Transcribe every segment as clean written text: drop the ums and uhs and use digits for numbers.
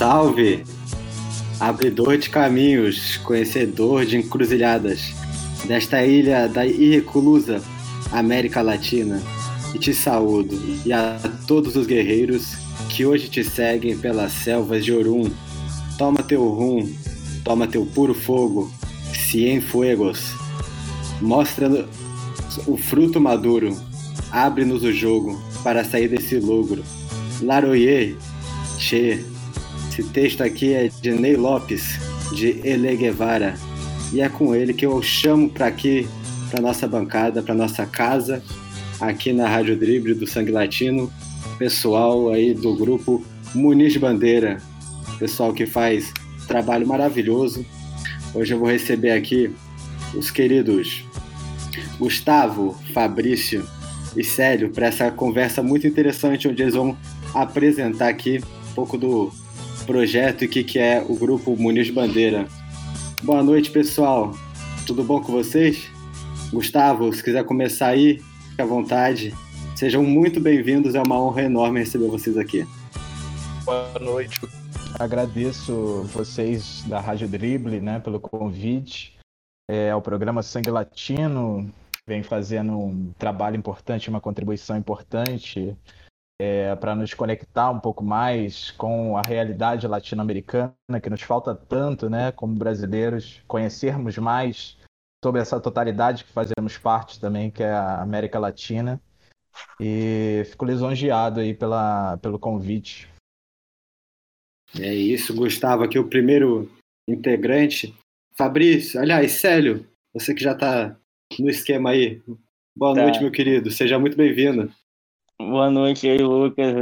salve! Abridor de caminhos, conhecedor de encruzilhadas, desta ilha da irreclusa América Latina, e te saúdo, e a todos os guerreiros que hoje te seguem pelas selvas de Orum. Toma teu rum, toma teu puro fogo, Cienfuegos. Mostra o fruto maduro, abre-nos o jogo para sair desse logro. Laroye, Che. Esse texto aqui é de Ney Lopes, de Ele Guevara, e é com ele que eu chamo para aqui, para nossa bancada, para nossa casa, aqui na Rádio Drible do Sangue Latino, pessoal aí do grupo Muniz Bandeira, pessoal que faz trabalho maravilhoso. Hoje eu vou receber aqui os queridos Gustavo, Fabrício e Célio para essa conversa muito interessante, onde eles vão apresentar aqui um pouco do projeto e o que é o grupo Muniz Bandeira. Boa noite, pessoal. Tudo bom com vocês? Gustavo, se quiser começar aí, fique à vontade. Sejam muito bem-vindos, é uma honra enorme receber vocês aqui. Boa noite. Agradeço vocês da Rádio Drible, pelo convite. O programa Sangue Latino vem fazendo um trabalho importante, uma contribuição importante para nos conectar um pouco mais com a realidade latino-americana, que nos falta tanto, como brasileiros, conhecermos mais sobre essa totalidade que fazemos parte também, que é a América Latina. E fico lisonjeado aí pelo convite. É isso, Gustavo, aqui o primeiro integrante. Fabrício, aliás, Célio, você que já está no esquema aí. Boa noite, meu querido, seja muito bem-vindo. Boa noite aí, Lucas.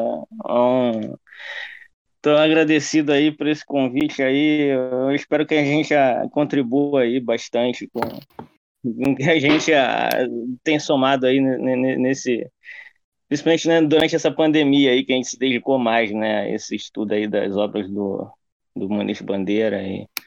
Estou agradecido aí por esse convite aí. Eu espero que a gente contribua aí bastante com o que a gente tem somado aí nesse, principalmente durante essa pandemia aí, que a gente se dedicou mais, esse estudo aí das obras do Muniz Bandeira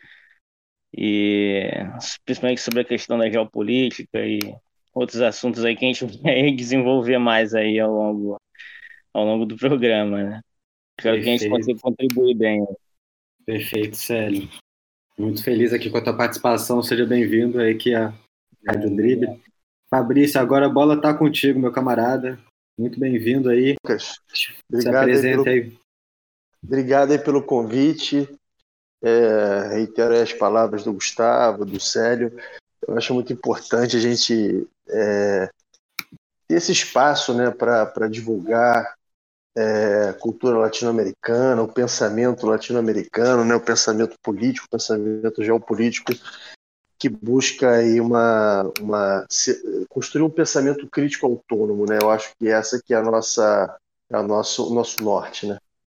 e principalmente sobre a questão da geopolítica e outros assuntos aí que a gente vai desenvolver mais aí ao longo do programa, né? Espero que a gente consiga contribuir bem. Perfeito, Célio. Muito feliz aqui com a tua participação. Seja bem-vindo aí aqui à Rádio Drible. Fabrício, agora a bola está contigo, meu camarada. Muito bem-vindo aí. Lucas, se apresenta aí. Obrigado aí pelo convite. Reitero as palavras do Gustavo, do Célio. Eu acho muito importante a gente ter esse espaço para divulgar a cultura latino-americana, o pensamento latino-americano, o pensamento político, o pensamento geopolítico, que busca aí construir um pensamento crítico autônomo. Eu acho que essa que é o nosso norte.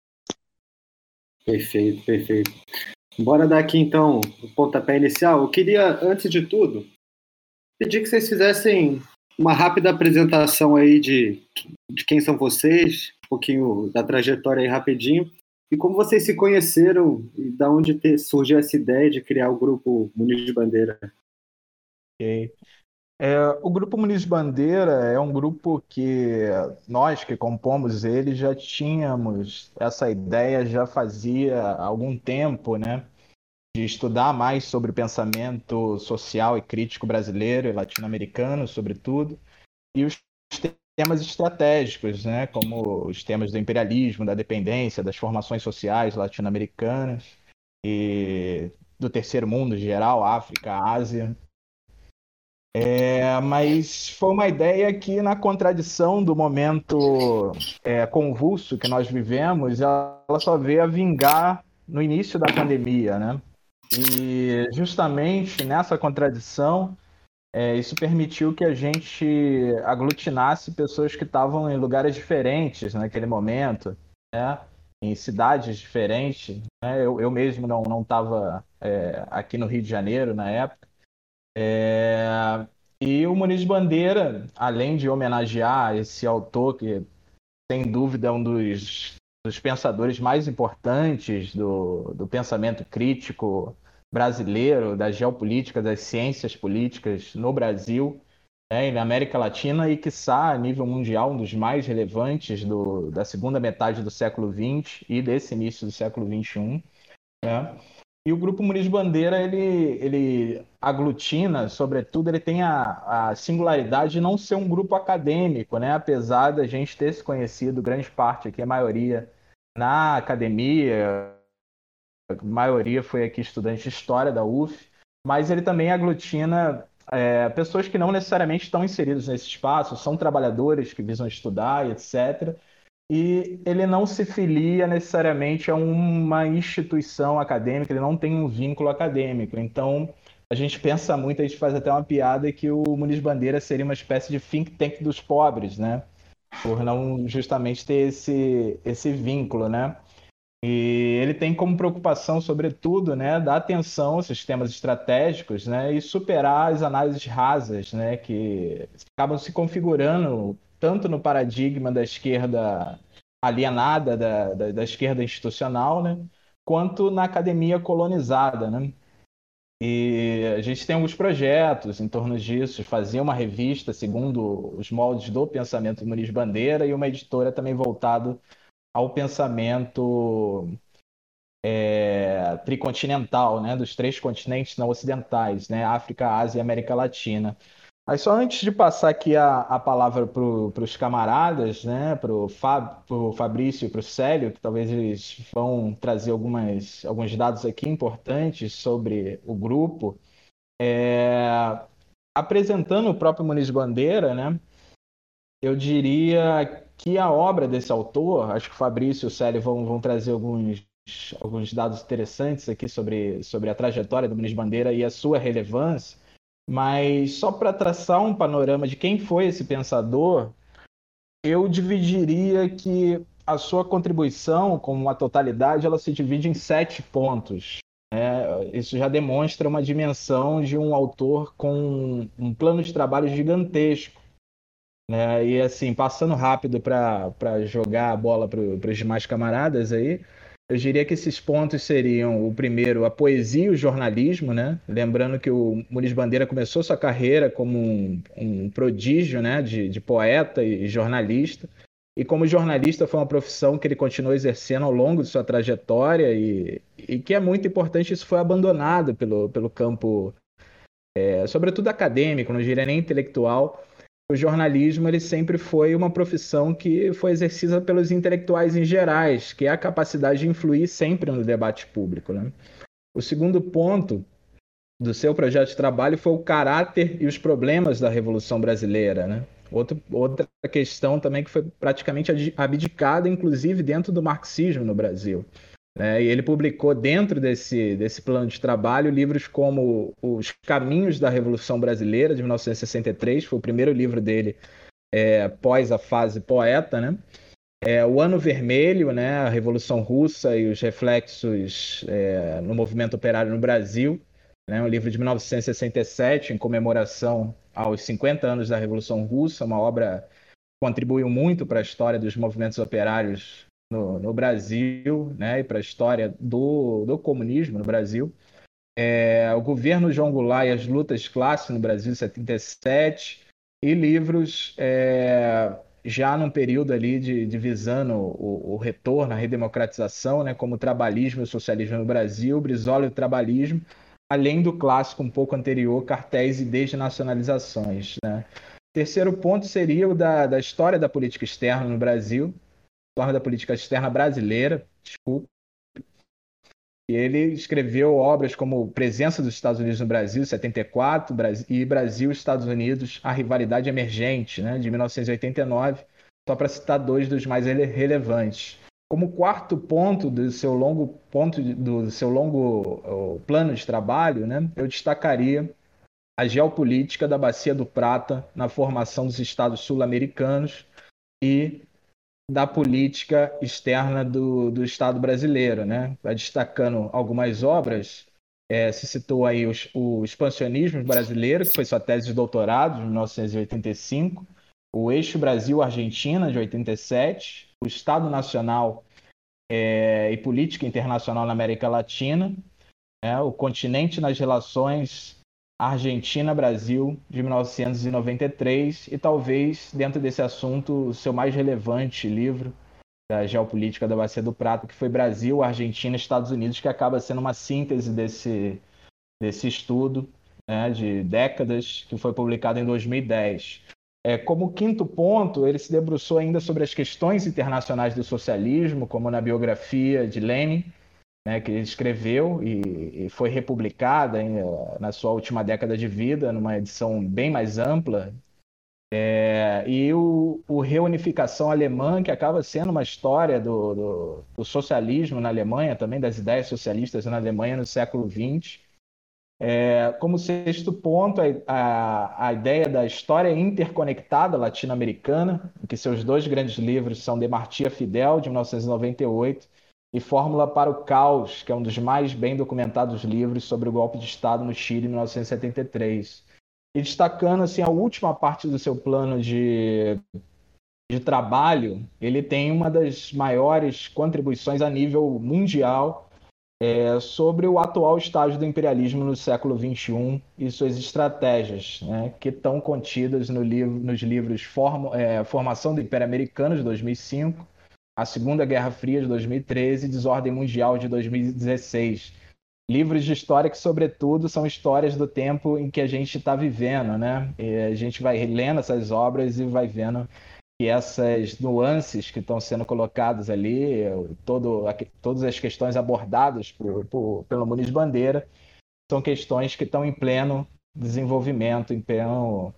Perfeito. Bora dar aqui, então, o pontapé inicial. Eu queria, antes de tudo, pedir que vocês fizessem uma rápida apresentação aí de quem são vocês, um pouquinho da trajetória aí rapidinho, e como vocês se conheceram e da onde surgiu essa ideia de criar o grupo Muniz Bandeira. Ok. O Grupo Muniz Bandeira é um grupo que nós que compomos ele já tínhamos essa ideia, já fazia algum tempo, de estudar mais sobre o pensamento social e crítico brasileiro e latino-americano, sobretudo, e os temas estratégicos, como os temas do imperialismo, da dependência, das formações sociais latino-americanas e do terceiro mundo em geral, África, Ásia. Mas foi uma ideia que, na contradição do momento convulso que nós vivemos, ela só veio a vingar no início da pandemia, E justamente nessa contradição, isso permitiu que a gente aglutinasse pessoas que estavam em lugares diferentes naquele momento, em cidades diferentes. Eu mesmo não estava aqui no Rio de Janeiro na época. E o Muniz Bandeira, além de homenagear esse autor que, sem dúvida, é um dos pensadores mais importantes do pensamento crítico brasileiro, da geopolítica, das ciências políticas no Brasil, E na América Latina e, quiçá, a nível mundial, um dos mais relevantes da segunda metade do século XX e desse início do século XXI. Né? E o Grupo Muniz Bandeira, ele aglutina, sobretudo, ele tem a singularidade de não ser um grupo acadêmico, né? Apesar da gente ter se conhecido, grande parte aqui, a maioria, na academia, a maioria foi aqui estudante de História da UF, mas ele também aglutina pessoas que não necessariamente estão inseridas nesse espaço, são trabalhadores que visam estudar e etc., e ele não se filia necessariamente a uma instituição acadêmica, ele não tem um vínculo acadêmico. Então, a gente pensa muito, a gente faz até uma piada que o Muniz Bandeira seria uma espécie de think tank dos pobres, né? Por não justamente ter esse vínculo, né? E ele tem como preocupação, sobretudo, né, dar atenção aos sistemas estratégicos, né, e superar as análises rasas, né, que acabam se configurando tanto no paradigma da esquerda alienada, da esquerda institucional, né, quanto na academia colonizada, né. E a gente tem alguns projetos em torno disso, fazer uma revista segundo os moldes do pensamento do Muniz Bandeira e uma editora também voltado ao pensamento tricontinental, né, dos três continentes não ocidentais, né, África, Ásia e América Latina. Mas só antes de passar aqui a palavra para os camaradas, né, para o Fabrício e para o Célio, que talvez eles vão trazer alguns dados aqui importantes sobre o grupo, apresentando o próprio Muniz Bandeira, né, eu diria que a obra desse autor, acho que o Fabrício e o Célio vão trazer alguns dados interessantes aqui sobre a trajetória do Muniz Bandeira e a sua relevância, mas só para traçar um panorama de quem foi esse pensador, eu dividiria que a sua contribuição, como uma totalidade, ela se divide em 7 pontos. Isso já demonstra uma dimensão de um autor com um plano de trabalho gigantesco. E assim, passando rápido para jogar a bola para os demais camaradas aí, eu diria que esses pontos seriam, o primeiro, a poesia e o jornalismo, né? Lembrando que o Muniz Bandeira começou sua carreira como um prodígio, né? de poeta e jornalista, e como jornalista foi uma profissão que ele continuou exercendo ao longo de sua trajetória e que é muito importante, isso foi abandonado pelo campo, sobretudo acadêmico, não diria nem intelectual. O jornalismo ele sempre foi uma profissão que foi exercida pelos intelectuais em gerais, que é a capacidade de influir sempre no debate público, né? O segundo ponto do seu projeto de trabalho foi o caráter e os problemas da Revolução Brasileira, né? Outra questão também que foi praticamente abdicada, inclusive dentro do marxismo no Brasil. E ele publicou dentro desse plano de trabalho livros como Os Caminhos da Revolução Brasileira, de 1963, foi o primeiro livro dele após a fase poeta, né? O Ano Vermelho, né? A Revolução Russa e os reflexos no movimento operário no Brasil, né? Um livro de 1967, em comemoração aos 50 anos da Revolução Russa, uma obra que contribuiu muito para a história dos movimentos operários no Brasil, né, e para a história do comunismo no Brasil. O governo João Goulart e as lutas de classe no Brasil, 77, e livros já num período ali de visando o retorno, a redemocratização, né, como o trabalhismo e o socialismo no Brasil, Brizola e o trabalhismo, além do clássico um pouco anterior, Cartéis e Desnacionalizações, né. Terceiro ponto seria o da história da política externa no Brasil, história da política externa brasileira, desculpa. E ele escreveu obras como Presença dos Estados Unidos no Brasil, 74, e Brasil e Estados Unidos, A Rivalidade Emergente, né, de 1989, só para citar dois dos mais relevantes. Como quarto ponto do seu longo plano de trabalho, né, eu destacaria a geopolítica da Bacia do Prata na formação dos Estados sul-americanos e da política externa do Estado brasileiro, né? Destacando algumas obras, se citou aí o Expansionismo Brasileiro, que foi sua tese de doutorado, de 1985, o Eixo Brasil-Argentina, de 87, o Estado Nacional e Política Internacional na América Latina, o Continente nas Relações Argentina-Brasil, de 1993, e talvez, dentro desse assunto, o seu mais relevante livro da geopolítica da Bacia do Prata, que foi Brasil, Argentina e Estados Unidos, que acaba sendo uma síntese desse estudo, né, de décadas, que foi publicado em 2010. Como quinto ponto, ele se debruçou ainda sobre as questões internacionais do socialismo, como na biografia de Lenin, né, que ele escreveu e foi republicada na sua última década de vida, numa edição bem mais ampla. E o Reunificação Alemã, que acaba sendo uma história do socialismo na Alemanha, também das ideias socialistas na Alemanha no século XX. Como sexto ponto, a ideia da história interconectada latino-americana, em que seus dois grandes livros são De Martí a Fidel, de 1998, e Fórmula para o Caos, que é um dos mais bem documentados livros sobre o golpe de Estado no Chile, em 1973. E destacando assim, a última parte do seu plano de trabalho, ele tem uma das maiores contribuições a nível mundial sobre o atual estágio do imperialismo no século XXI e suas estratégias, né, que estão contidas nos livros Formação do Império Americano, de 2005, A Segunda Guerra Fria, de 2013 e Desordem Mundial, de 2016. Livros de história que, sobretudo, são histórias do tempo em que a gente está vivendo, né? E a gente vai lendo essas obras e vai vendo que essas nuances que estão sendo colocadas ali, todas as questões abordadas pelo Muniz Bandeira, são questões que estão em pleno desenvolvimento, em pleno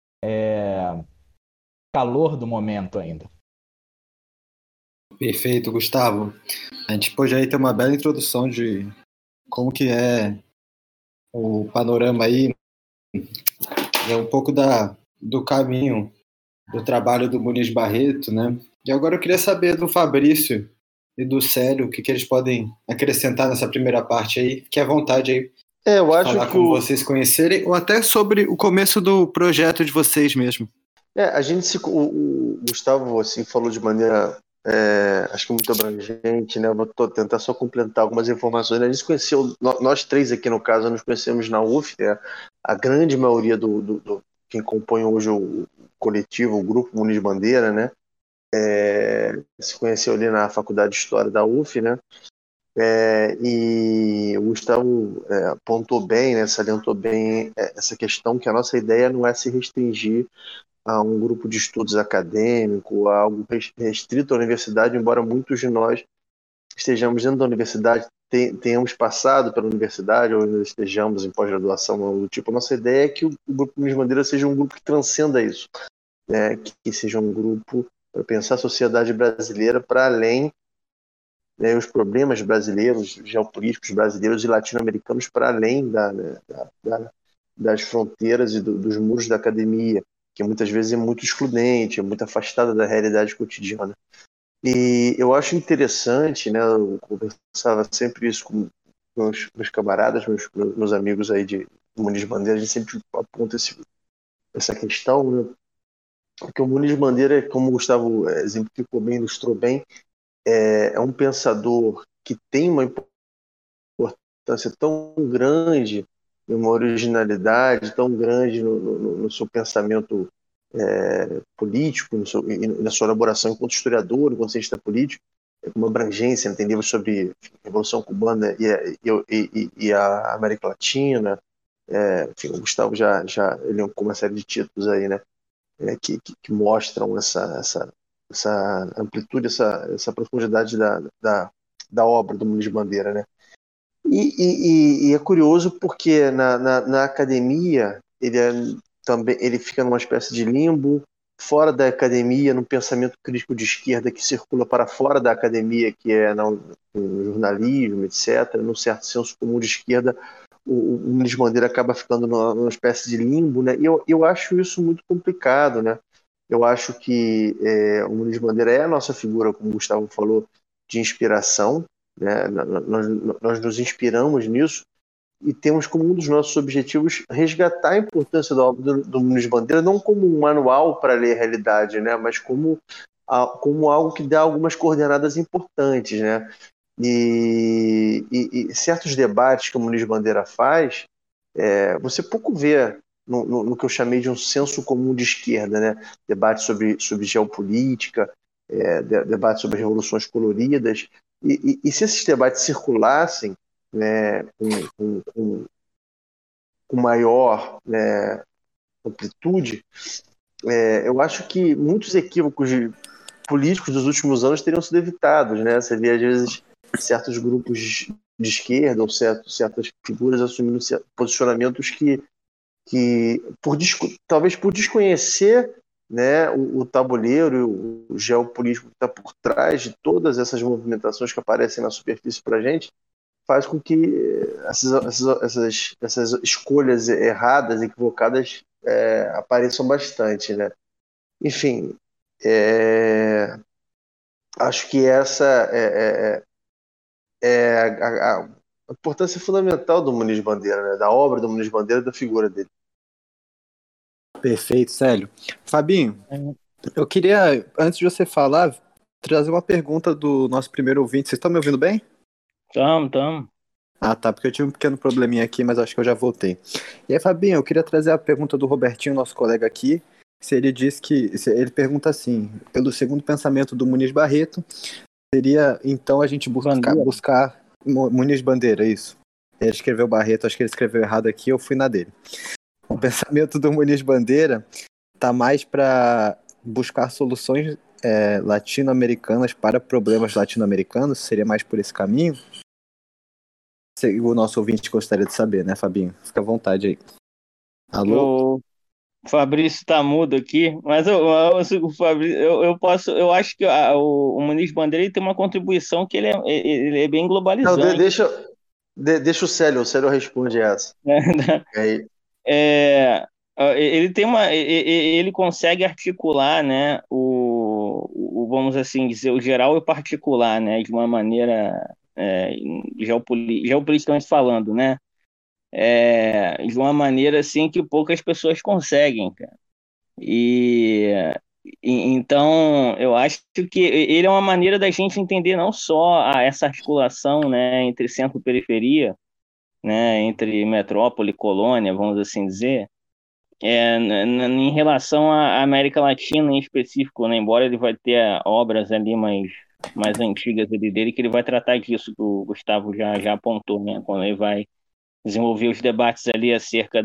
calor do momento ainda. Perfeito, Gustavo. A gente pôde aí ter uma bela introdução de como que é o panorama aí, um pouco do caminho do trabalho do Muniz Barreto, né? E agora eu queria saber do Fabrício e do Célio, o que eles podem acrescentar nessa primeira parte aí. Fique à vontade aí. Eu acho falar que como vocês conhecerem, ou até sobre o começo do projeto de vocês mesmo. O Gustavo assim, falou de maneira, acho que muito abrangente, né? Vou tentar só complementar algumas informações. A gente se conheceu, nós três aqui no caso, nos conhecemos na UF, né? A grande maioria do quem compõe hoje o coletivo, o grupo Muniz Bandeira, né? Se conheceu ali na Faculdade de História da UF, né? E o Gustavo apontou bem, né, salientou bem essa questão que a nossa ideia não é se restringir a um grupo de estudos acadêmico, a algo restrito à universidade, embora muitos de nós estejamos dentro da universidade, tenhamos passado pela universidade ou ainda estejamos em pós-graduação, algo do tipo. A nossa ideia é que o Grupo Muniz Bandeira seja um grupo que transcenda isso, né, que seja um grupo para pensar a sociedade brasileira para além, né, os problemas brasileiros, geopolíticos brasileiros e latino-americanos para além das fronteiras e dos muros da academia, que muitas vezes é muito excludente, é muito afastada da realidade cotidiana. E eu acho interessante, né, eu conversava sempre isso com meus camaradas, meus amigos aí de Muniz Bandeira, a gente sempre aponta essa questão, né, porque o Muniz Bandeira, como o Gustavo exemplificou bem, ilustrou bem, é um pensador que tem uma importância tão grande, uma originalidade tão grande no seu pensamento político, na sua elaboração enquanto historiador, enquanto cientista político, com uma abrangência, tem livros sobre a Revolução Cubana e a América Latina. Enfim, o Gustavo já ele com uma série de títulos aí, né, que mostram essa amplitude, essa profundidade da obra do Muniz Bandeira, né? E é curioso porque na academia ele fica numa espécie de limbo, fora da academia, num pensamento crítico de esquerda que circula para fora da academia, que é no jornalismo, etc., num certo senso comum de esquerda, o Muniz Bandeira acaba ficando numa espécie de limbo, né? E eu acho isso muito complicado, né? Eu acho que o Muniz Bandeira é a nossa figura, como o Gustavo falou, de inspiração, né? Nós nos inspiramos nisso e temos como um dos nossos objetivos resgatar a importância da obra do Muniz Bandeira, não como um manual para ler a realidade, né? Mas como algo que dá algumas coordenadas importantes, né? E certos debates que o Muniz Bandeira faz, você pouco vê no que eu chamei de um senso comum de esquerda, né? Debate sobre geopolítica, debate sobre revoluções coloridas, e se esses debates circulassem, né, com maior, né, amplitude, eu acho que muitos equívocos políticos dos últimos anos teriam sido evitados, né? Você vê, às vezes, certos grupos de esquerda ou certas figuras assumindo posicionamentos que talvez por desconhecer, né, o tabuleiro, o geopolítico que está por trás de todas essas movimentações que aparecem na superfície para a gente, faz com que essas escolhas erradas, equivocadas, apareçam bastante, né? Enfim, acho que essa é a importância fundamental do Muniz Bandeira, né? Da obra do Muniz Bandeira e da figura dele. Perfeito, Célio. Fabinho, eu queria, antes de você falar, trazer uma pergunta do nosso primeiro ouvinte. Vocês estão me ouvindo bem? Tamo. Ah, tá, porque eu tive um pequeno probleminha aqui, mas acho que eu já voltei. E aí, Fabinho, eu queria trazer a pergunta do Robertinho, nosso colega aqui. Ele pergunta assim, pelo segundo pensamento do Muniz Barreto, seria então a gente buscar Muniz Bandeira, isso. Ele escreveu Barreto, acho que ele escreveu errado aqui, eu fui na dele. O pensamento do Muniz Bandeira tá mais para buscar soluções latino-americanas para problemas latino-americanos, seria mais por esse caminho? O nosso ouvinte gostaria de saber, né, Fabinho? Fica à vontade aí. Alô? O Fabrício tá mudo aqui, mas o Fabrício, eu acho que o Muniz Bandeira ele tem uma contribuição que ele é bem Não, globalizante. deixa o Célio responde essa. Aí. Ele tem ele consegue articular, né, vamos assim dizer, o geral e o particular, né, de uma maneira geopoliticamente falando, né, de uma maneira assim que poucas pessoas conseguem, cara. E então eu acho que ele é uma maneira da gente entender não só essa articulação, né, entre centro e periferia, né, entre metrópole e colônia, vamos assim dizer, em relação à América Latina em específico, né, embora ele vai ter obras ali mais antigas dele, que ele vai tratar disso, que o Gustavo já apontou, né, quando ele vai desenvolver os debates ali acerca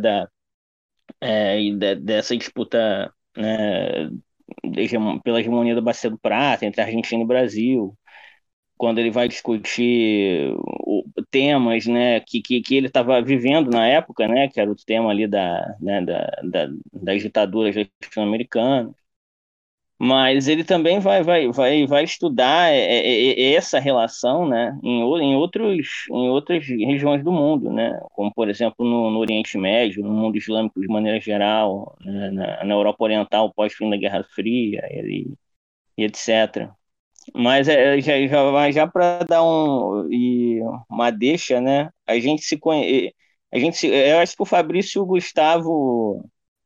dessa disputa, né, pela hegemonia da Bacia do Prata entre Argentina e Brasil, quando ele vai discutir temas, né, que ele estava vivendo na época, né, que era o tema ali das ditaduras latino-americanas. Mas ele também vai estudar essa relação, né, em outras regiões do mundo, né, como por exemplo no Oriente Médio, no mundo islâmico de maneira geral, né, na Europa Oriental pós-fim da Guerra Fria e etc. Mas já para dar uma deixa, né? A gente se conhece. Eu acho que o Fabrício e o Gustavo.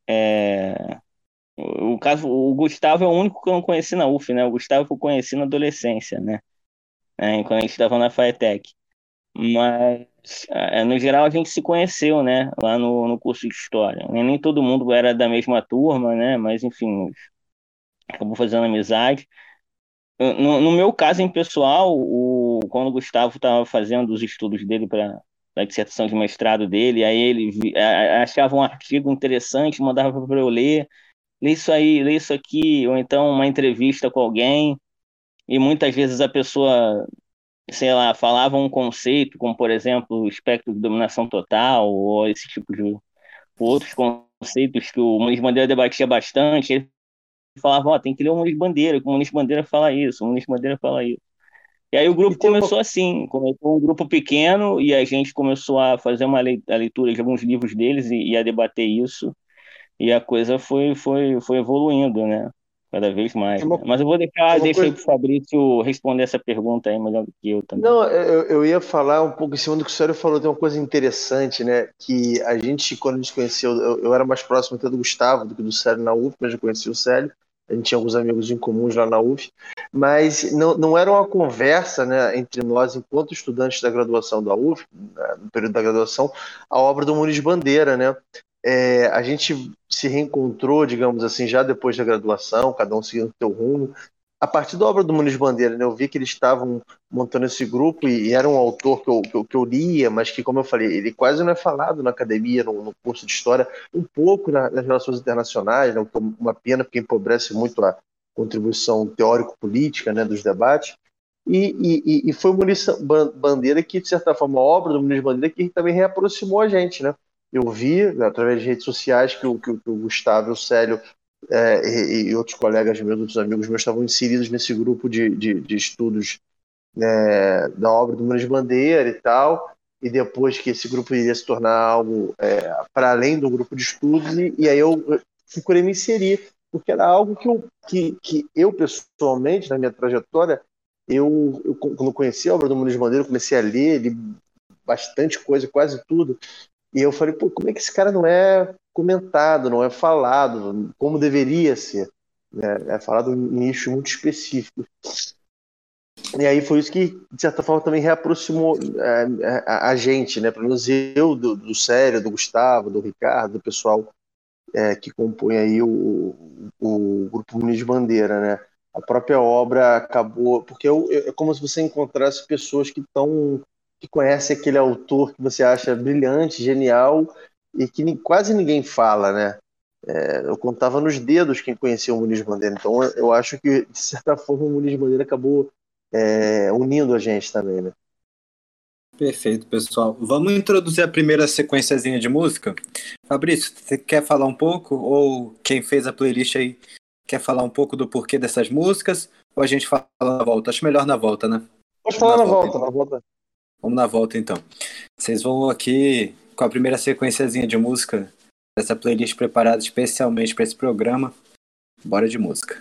O Gustavo é o único que eu não conheci na UF, né? O Gustavo eu conheci na adolescência, né? Quando a gente estava na FATEC. Mas, no geral, a gente se conheceu, né? Lá no curso de História. Nem todo mundo era da mesma turma, né? Mas, enfim, acabou fazendo amizade. No meu caso, em pessoal, quando o Gustavo estava fazendo os estudos dele para a dissertação de mestrado dele, aí ele achava um artigo interessante, mandava para eu ler, lê isso aí, lê isso aqui, ou então uma entrevista com alguém, e muitas vezes a pessoa, sei lá, falava um conceito, como por exemplo, o espectro de dominação total, ou esse tipo de outros conceitos que o Muniz Bandeira debatia bastante. Ele falava, ó, tem que ler o Muniz Bandeira, que o Muniz Bandeira fala isso, o Muniz Bandeira fala isso. E aí o grupo começou assim, começou um grupo pequeno e a gente começou a fazer a leitura de alguns livros deles e a debater isso, e a coisa foi evoluindo, né? Cada vez mais. Né? Mas eu vou deixar aí para o Fabrício responder essa pergunta aí melhor do que eu também. Não, eu ia falar um pouco em cima do que o Célio falou, tem uma coisa interessante, né? Que a gente, quando a gente conheceu, eu era mais próximo até do Gustavo do que do Célio na UF, mas eu conheci o Célio. a gente tinha alguns amigos em comuns lá na UF, mas não era uma conversa, né, entre nós, enquanto estudantes da graduação da UF, no período da graduação, a obra do Muniz Bandeira, né? A gente se reencontrou, digamos assim, já depois da graduação, cada um seguindo o seu rumo. A partir da obra do Muniz Bandeira, né, eu vi que eles estavam montando esse grupo e era um autor que eu lia, mas que, como eu falei, ele quase não é falado na academia, no curso de História, um pouco nas relações internacionais, né, uma pena porque empobrece muito a contribuição teórico-política, né, dos debates. E foi o Muniz Bandeira que, de certa forma, a obra do Muniz Bandeira que também reaproximou a gente, né? Eu vi, através de redes sociais, que o Gustavo e o Célio e outros colegas meus, outros amigos meus, estavam inseridos nesse grupo de estudos, né, da obra do Muniz Bandeira e tal, e depois que esse grupo iria se tornar algo para além do grupo de estudos, e aí eu procurei me inserir, porque era algo que eu pessoalmente, na minha trajetória, quando conheci a obra do Muniz Bandeira, eu comecei a ler, li bastante coisa, quase tudo, e eu falei, pô, como é que esse cara não é comentado, não é falado, como deveria ser? É falado em nicho muito específico. E aí foi isso que, de certa forma, também reaproximou a gente, né? Pelo menos eu, do Célio, do Gustavo, do Ricardo, do pessoal que compõe aí o Grupo Muniz Bandeira, né? A própria obra acabou... Porque é como se você encontrasse pessoas que conhecem aquele autor que você acha brilhante, genial, e que quase ninguém fala, né? Eu contava nos dedos quem conhecia o Muniz Bandeira. Então eu acho que, de certa forma, o Muniz Bandeira acabou unindo a gente também, né? Perfeito, pessoal. Vamos introduzir a primeira sequenciazinha de música? Fabrício, você quer falar um pouco? Ou quem fez a playlist aí quer falar um pouco do porquê dessas músicas? Ou a gente fala na volta? Acho melhor na volta, né? Pode falar na volta, então. na volta. Vamos na volta, então. Vocês vão aqui com a primeira sequenciazinha de música dessa playlist preparada especialmente para esse programa. Bora de música.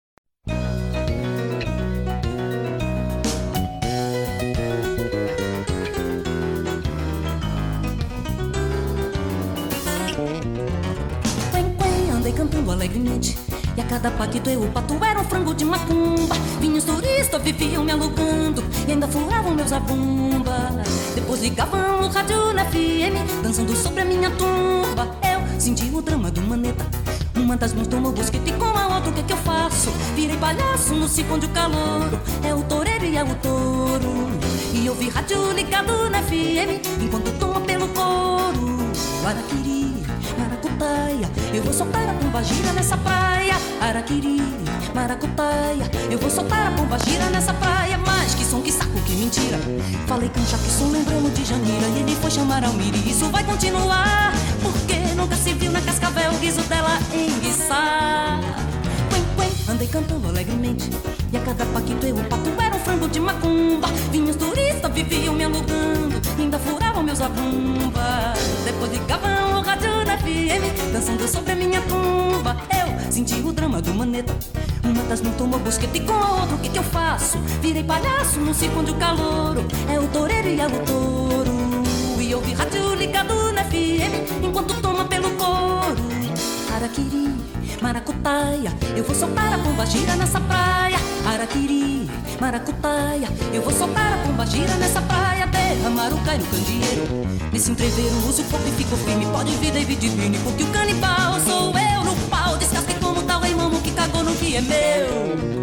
Andei cantando alegremente, e a cada paquito eu, o pato era um frango de macumba. Vinhos turistas viviam me alugando e ainda furavam meus zabumba. Depois ligavam o rádio na FM, dançando sobre a minha tumba. Eu senti o drama do maneta, uma das mãos tomou bosquete com a outra, o que é que eu faço? Virei palhaço no circo onde o calouro é o toureiro e é o touro. E eu vi rádio ligado na FM, enquanto toma pelo couro. Araquiri, maracutaia, eu vou soltar a pombagira nessa praia. Araquiri, maracutaia, eu vou soltar a pombagira nessa praia. Mas que som, que saco, que mentira. Falei com o Jackson, lembrando de Janira, e ele foi chamar Almiri. Isso vai continuar, porque nunca se viu na Cascavel o guiso dela enguiçar. Andei cantando alegremente, e a cada paquito eu, o pato era um frango de macumba. Vinhos turistas viviam me alugando, ainda furavam meus zabumba. Depois ligavam o rádio na FM, dançando sobre a minha tumba. Eu senti o drama do maneta, uma das mãos tomou bosquete com a outra, o que que eu faço? Virei palhaço no circo onde o calouro é o toureiro e é o touro. E eu vi rádio ligado na FM, enquanto toma pelo couro. Araquiri, maracutaia, eu vou soltar a pombagira nessa praia. Araquiri, maracutaia, eu vou soltar a pombagira nessa praia. Derramar o cai no candeeiro, nesse entreveiro uso o fogo e fico firme. Pode vir David Vini, porque o canibal sou eu no pau. Descasquei como tal rei mamo que cagou no que é meu.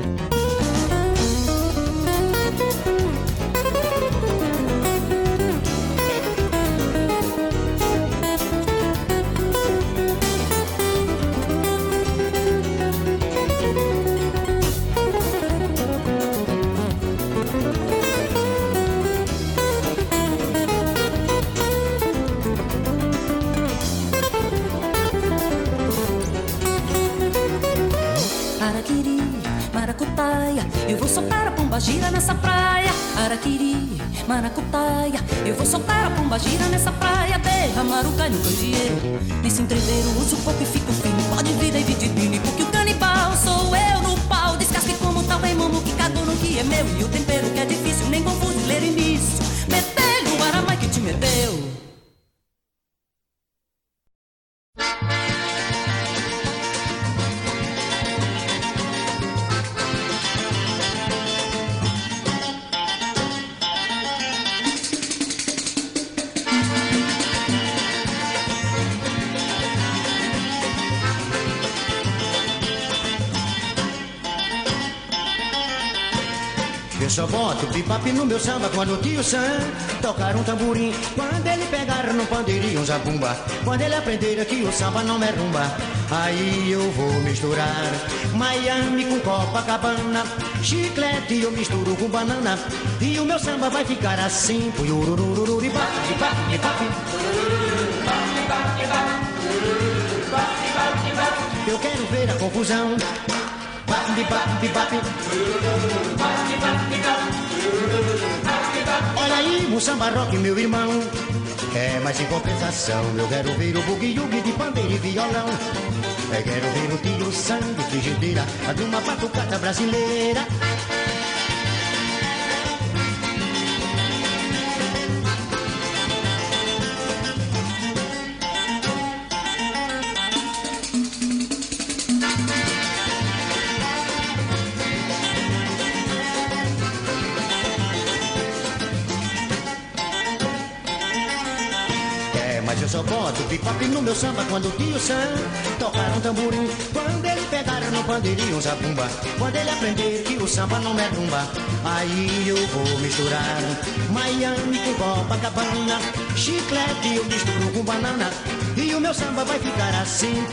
Araquiri, maracutaia, eu vou soltar a pombagira nessa praia. Araquiri, maracutaia, eu vou soltar a pombagira nessa praia. Derramar o cai no candeeiro, nesse entreveiro uso pouco e fico firme. Pode vir David Vini, porque o canibal sou eu no pau. Descasque como tal rei mamo que cagou no que é meu. E o tempero que é difícil, nem confuso ler início. Metelho, aramai que te meteu. só boto bebop no meu samba quando o tio Sam tocar um tamborim. Quando ele pegar no pandeirinho um zabumba, quando ele aprender que o samba não é rumba, aí eu vou misturar Miami com Copacabana, chiclete eu misturo com banana, e o meu samba vai ficar assim. Eu quero ver a confusão. Olha aí o samba rock, meu irmão. É, mas em compensação eu quero ver o bugue-yugue de pandeiro e violão. Eu quero ver o tio Sam de frigideira, a de uma batucada brasileira. Eu só boto bebop no meu samba quando o tio Sam tocar um tamborim. Quando ele pegar no pandeirinho um zabumba, quando ele aprender que o samba não é rumba, aí eu vou misturar Miami com Copacabana, chiclete eu misturo com banana, e o meu samba vai ficar assim.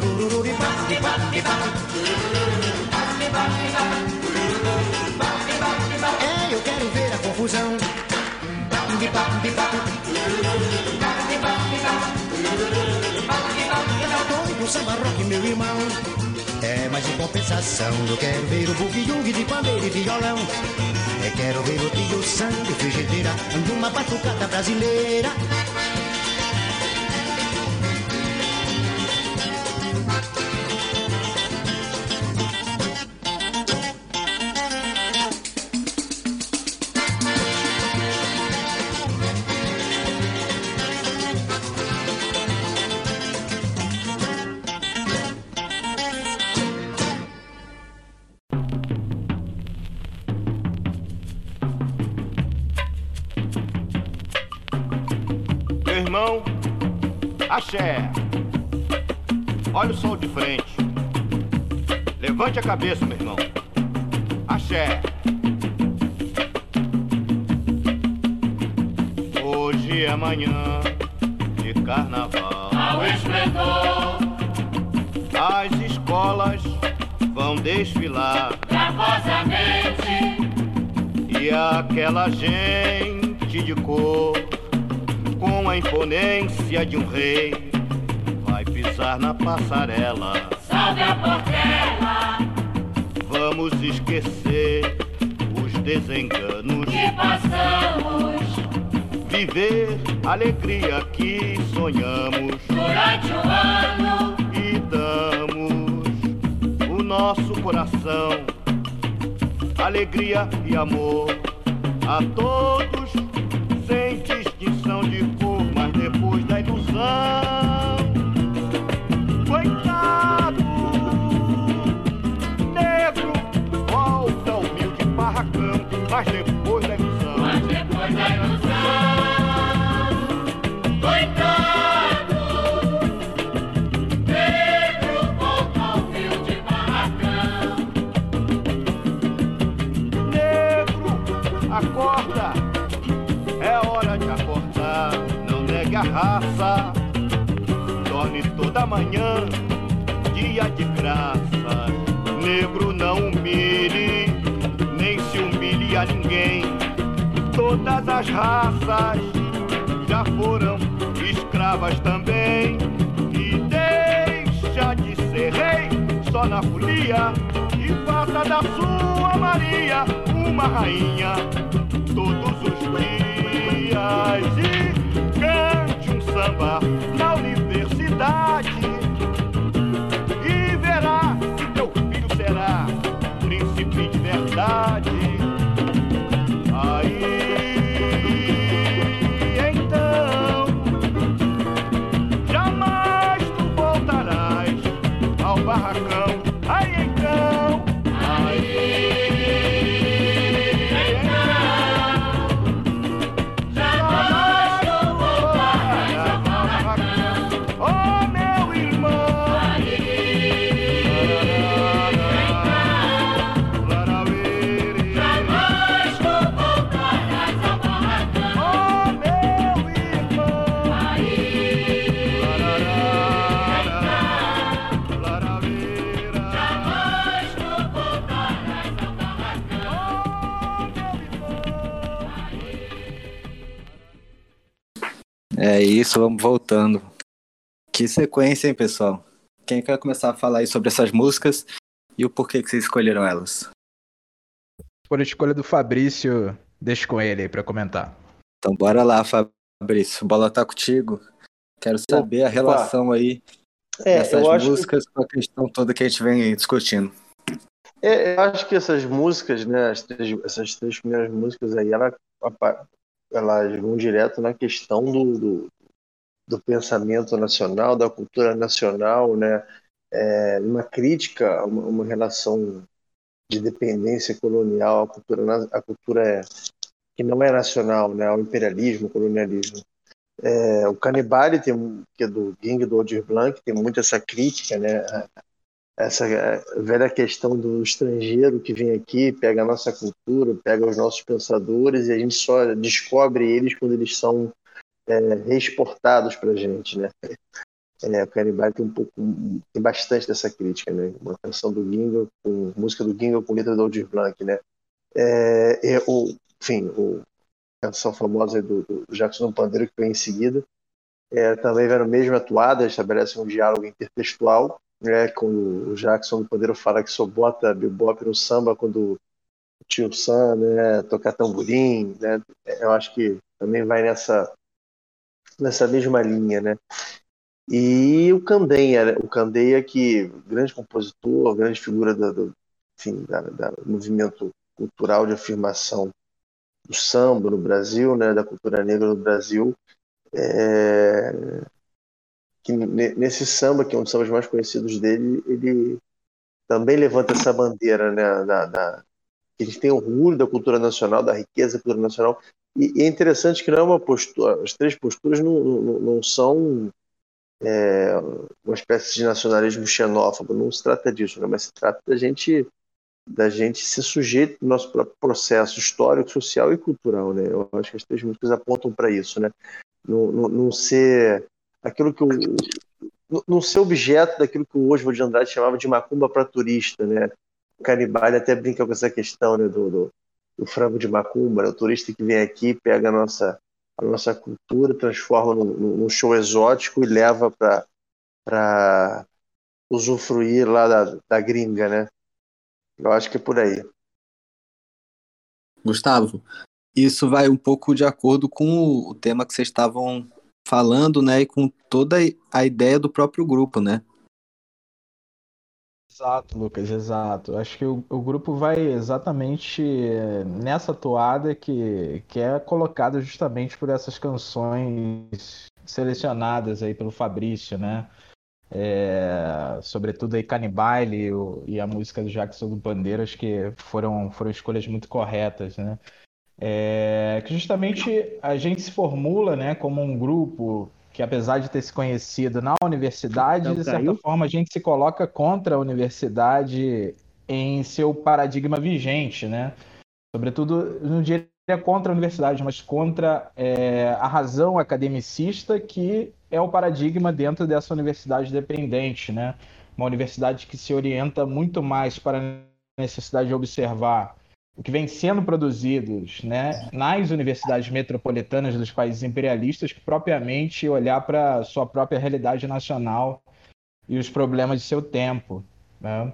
É, eu quero ver a confusão. Doido samba rock, meu irmão. É, mas em compensação eu quero ver o bugue-yugue de pandeiro e violão. Eu quero ver o tio Sam de frigideira, numa batucada brasileira. Axé, olha o sol de frente. Levante a cabeça, meu irmão. Axé. Hoje é manhã de carnaval. Ao esplendor, as escolas vão desfilar gravosamente, e aquela gente de cor, com a imponência de um rei, vai pisar na passarela. Salve a Portela! Vamos esquecer os desenganos que passamos, viver a alegria que sonhamos durante o ano, e damos o nosso coração, alegria e amor a todos, sem distinção de cor, mas depois da ilusão. Coitado, negro, volta ao humilde barracão, mas depois da ilusão. Mas depois da ilusão. Coitado, negro, volta ao humilde barracão. Negro, acorda. É hora de acordar, não negue a raça. Dorme toda manhã, dia de graça. Negro, não humilhe, nem se humilhe a ninguém. Todas as raças já foram escravas também. E deixa de ser rei só na folia, e faça da sua Maria uma rainha todos os dias. E cante um samba na universidade, e verá que teu filho será príncipe de verdade. Aí então jamais tu voltarás ao barracão. Aí então, aí então. É isso, vamos voltando. Que sequência, hein, pessoal? Quem quer começar a falar aí sobre essas músicas e o porquê que vocês escolheram elas? Por escolha do Fabrício, deixa com ele aí pra comentar. Então bora lá, Fabrício. Bola tá contigo. Quero saber a relação aí dessas eu acho que músicas com a questão toda que a gente vem discutindo. eu acho que essas músicas, né, essas três primeiras músicas aí, elas vão direto na questão do pensamento nacional, da cultura nacional, né, uma crítica, uma relação de dependência colonial à cultura que não é nacional, né, ao imperialismo, colonialismo. O Canibale, que é do Ging do Aldir Blanc, tem muito essa crítica, né, essa velha questão do estrangeiro que vem aqui, pega a nossa cultura, pega os nossos pensadores e a gente só descobre eles quando eles são reexportados para a gente, né? O Canibale tem bastante dessa crítica, né? Uma canção do Ginga, música do Ginga com letra do Aldir Blanc, né? Enfim, a canção famosa do Jackson do Pandeiro que vem em seguida, também vai no mesmo atuada, estabelece um diálogo intertextual, quando o Jackson do Pandeiro fala que só bota bebop no samba quando o tio Sam, né, tocar tamborim, né? Eu acho que também vai nessa mesma linha, né? E o Candeia que grande compositor, grande figura enfim, do movimento cultural de afirmação do samba no Brasil, né, da cultura negra no Brasil, que nesse samba, que é um dos sambas mais conhecidos dele, ele também levanta essa bandeira, né, que a gente tem orgulho da cultura nacional, da riqueza da cultura nacional, e é interessante que não é uma postura, as três posturas não são uma espécie de nacionalismo xenófobo, não se trata disso, né, mas se trata da gente ser sujeito do nosso próprio processo histórico, social e cultural, né? Eu acho que as três músicas apontam para isso, né? Não ser aquilo que não ser objeto daquilo que o Oswald de Andrade chamava de macumba para turista, né? O Canibale até brinca com essa questão, né, do frango de macumba, né? O turista que vem aqui pega a nossa cultura, transforma num show exótico e leva para usufruir lá da gringa, né? Eu acho que é por aí. Gustavo, isso vai um pouco de acordo com o tema que vocês estavam falando, né, e com toda a ideia do próprio grupo, né? Exato, Lucas, exato. Acho que o grupo vai exatamente nessa toada que é colocada justamente por essas canções selecionadas aí pelo Fabrício, né? Sobretudo aí Canibale e a música do Jackson do Pandeiro, acho que foram escolhas muito corretas, né? Que justamente a gente se formula, né, como um grupo que, apesar de ter se conhecido na universidade, de certa forma a gente se coloca contra a universidade em seu paradigma vigente, né? Sobretudo, não diria contra a universidade, mas contra a razão academicista que é o paradigma dentro dessa universidade dependente, né? Uma universidade que se orienta muito mais para a necessidade de observar o que vem sendo produzidos, né, nas universidades metropolitanas dos países imperialistas, que propriamente olhar para a sua própria realidade nacional e os problemas de seu tempo, né?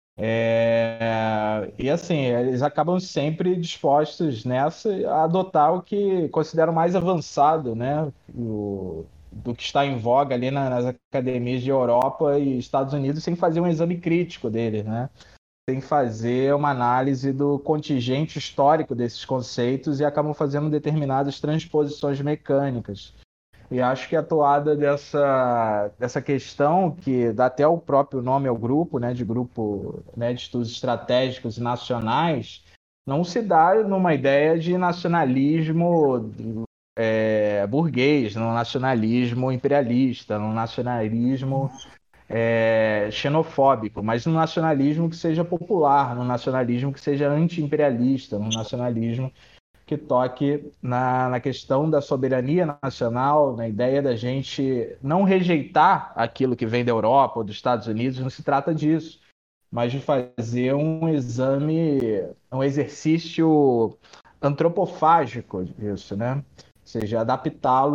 E assim, eles acabam sempre dispostos nessa a adotar o que consideram mais avançado, né, do que está em voga ali nas academias de Europa e Estados Unidos, sem fazer um exame crítico deles, né? Sem fazer uma análise do contingente histórico desses conceitos e acabam fazendo determinadas transposições mecânicas. E acho que a toada dessa questão, que dá até o próprio nome ao grupo, né, de grupo, né, de estudos estratégicos e nacionais, não se dá numa ideia de nacionalismo burguês, num nacionalismo imperialista, num nacionalismo xenofóbico, mas num nacionalismo que seja popular, num nacionalismo que seja anti-imperialista, num nacionalismo que toque na questão da soberania nacional, na ideia da gente não rejeitar aquilo que vem da Europa ou dos Estados Unidos, não se trata disso, mas de fazer um exame, um exercício antropofágico disso, né? Ou seja, adaptá-lo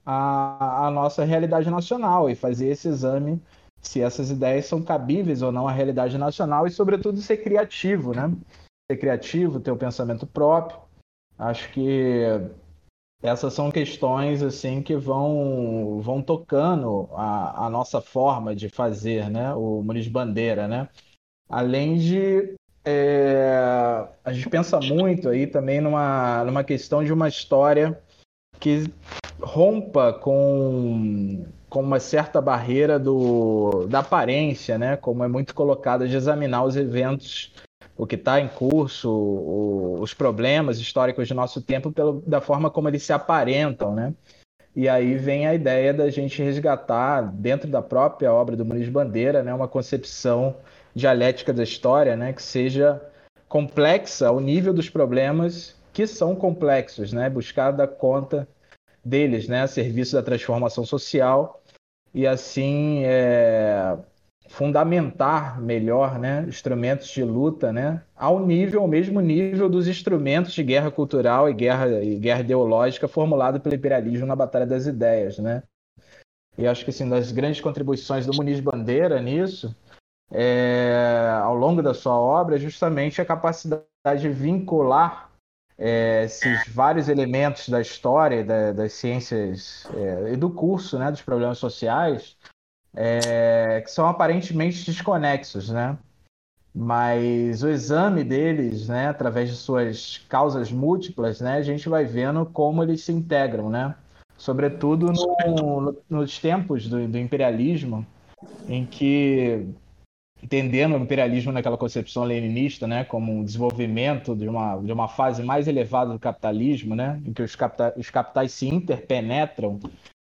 a nossa realidade nacional e fazer esse exame se essas ideias são cabíveis ou não à realidade nacional e, sobretudo, ser criativo, né? Ser criativo, ter o pensamento próprio. Acho que essas são questões assim que vão tocando a nossa forma de fazer, né? O Muniz Bandeira, né? Além de a gente pensa muito aí também numa questão de uma história que rompa com uma certa barreira da aparência, né? Como é muito colocado, de examinar os eventos, o que está em curso, os problemas históricos de nosso tempo, da forma como eles se aparentam, né? E aí vem a ideia da gente resgatar, dentro da própria obra do Muniz Bandeira, né, uma concepção dialética da história, né, que seja complexa ao nível dos problemas que são complexos, né? Buscar dar conta deles, né, a serviço da transformação social e assim fundamentar melhor, né, instrumentos de luta, né, ao mesmo nível dos instrumentos de guerra cultural e guerra ideológica formulado pelo imperialismo na Batalha das Ideias, né? E acho que assim, das grandes contribuições do Muniz Bandeira nisso, ao longo da sua obra, é justamente a capacidade de vincular esses vários elementos da história, das ciências e do curso, né, dos problemas sociais, que são aparentemente desconexos, né? Mas o exame deles, né, através de suas causas múltiplas, né, a gente vai vendo como eles se integram, né? Sobretudo nos tempos do imperialismo, em que, entendendo o imperialismo naquela concepção leninista, né, como um desenvolvimento de uma fase mais elevada do capitalismo, né, em que os capitais se interpenetram.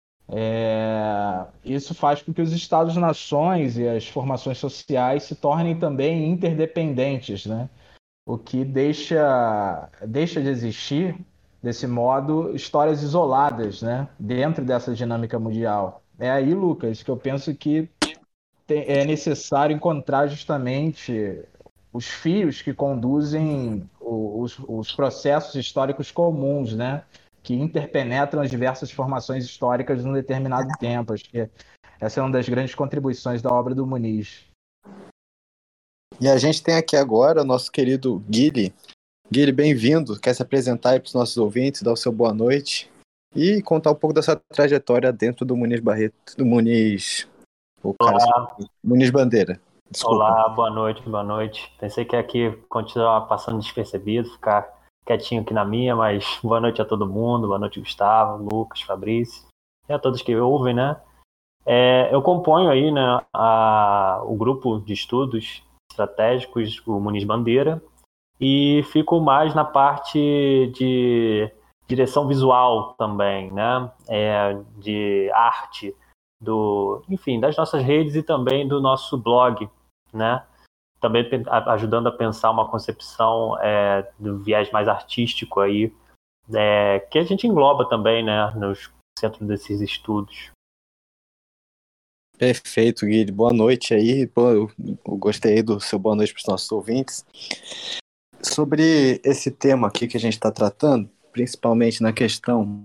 Isso faz com que os Estados-nações e as formações sociais se tornem também interdependentes, né? O que deixa de existir, desse modo, histórias isoladas, né? Dentro dessa dinâmica mundial. É aí, Lucas, que eu penso que é necessário encontrar justamente os fios que conduzem os processos históricos comuns, né? Que interpenetram as diversas formações históricas num determinado tempo. Acho que essa é uma das grandes contribuições da obra do Muniz. E a gente tem aqui agora o nosso querido Guilherme. Guilherme, bem-vindo. Quer se apresentar aí para os nossos ouvintes, dar o seu boa noite e contar um pouco da sua trajetória dentro do Muniz Barreto, do Muniz... Olá. Muniz Bandeira. Desculpa. Olá, boa noite, boa noite. Pensei que aqui continuar passando despercebido, ficar quietinho aqui na minha, mas boa noite a todo mundo, boa noite Gustavo, Lucas, Fabrício e a todos que ouvem, né? Eu componho aí, né, o grupo de estudos estratégicos, o Muniz Bandeira, e fico mais na parte de direção visual também, né? De arte, enfim, das nossas redes e também do nosso blog, né? Também ajudando a pensar uma concepção do viés mais artístico aí, que a gente engloba também, né, no centro desses estudos. Perfeito, Guilherme. Boa noite aí. Pô, eu gostei do seu boa noite para os nossos ouvintes. Sobre esse tema aqui que a gente está tratando, principalmente na questão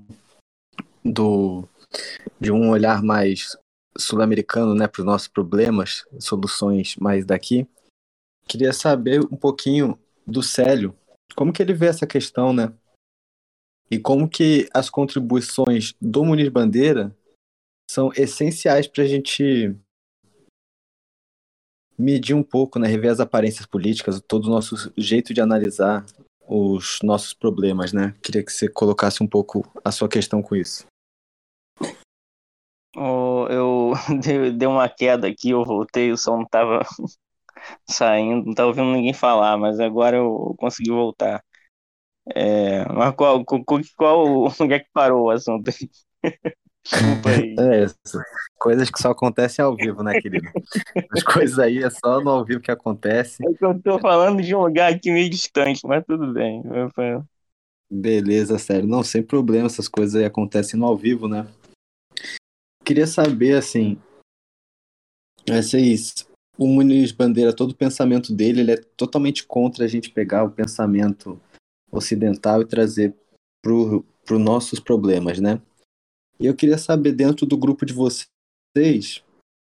de um olhar mais sul-americano, né, para os nossos problemas, soluções mais daqui, queria saber um pouquinho do Célio, como que ele vê essa questão, né? E como que as contribuições do Muniz Bandeira são essenciais para a gente medir um pouco, né, rever as aparências políticas, todo o nosso jeito de analisar os nossos problemas, né? Queria que você colocasse um pouco a sua questão com isso. Eu dei uma queda aqui, eu voltei, o som não estava saindo, não estava ouvindo ninguém falar, mas agora eu consegui voltar. Mas onde é que parou o assunto aí? Desculpa aí. Coisas que só acontecem ao vivo, né, querido? As coisas aí é só no ao vivo que acontece. É que eu tô falando de um lugar aqui meio distante, mas tudo bem. Beleza, sério. Não, sem problema, essas coisas aí acontecem no ao vivo, né? Queria saber, assim, o Muniz Bandeira, todo o pensamento dele, ele é totalmente contra a gente pegar o pensamento ocidental e trazer para os nossos problemas, né? E eu queria saber, dentro do grupo de vocês,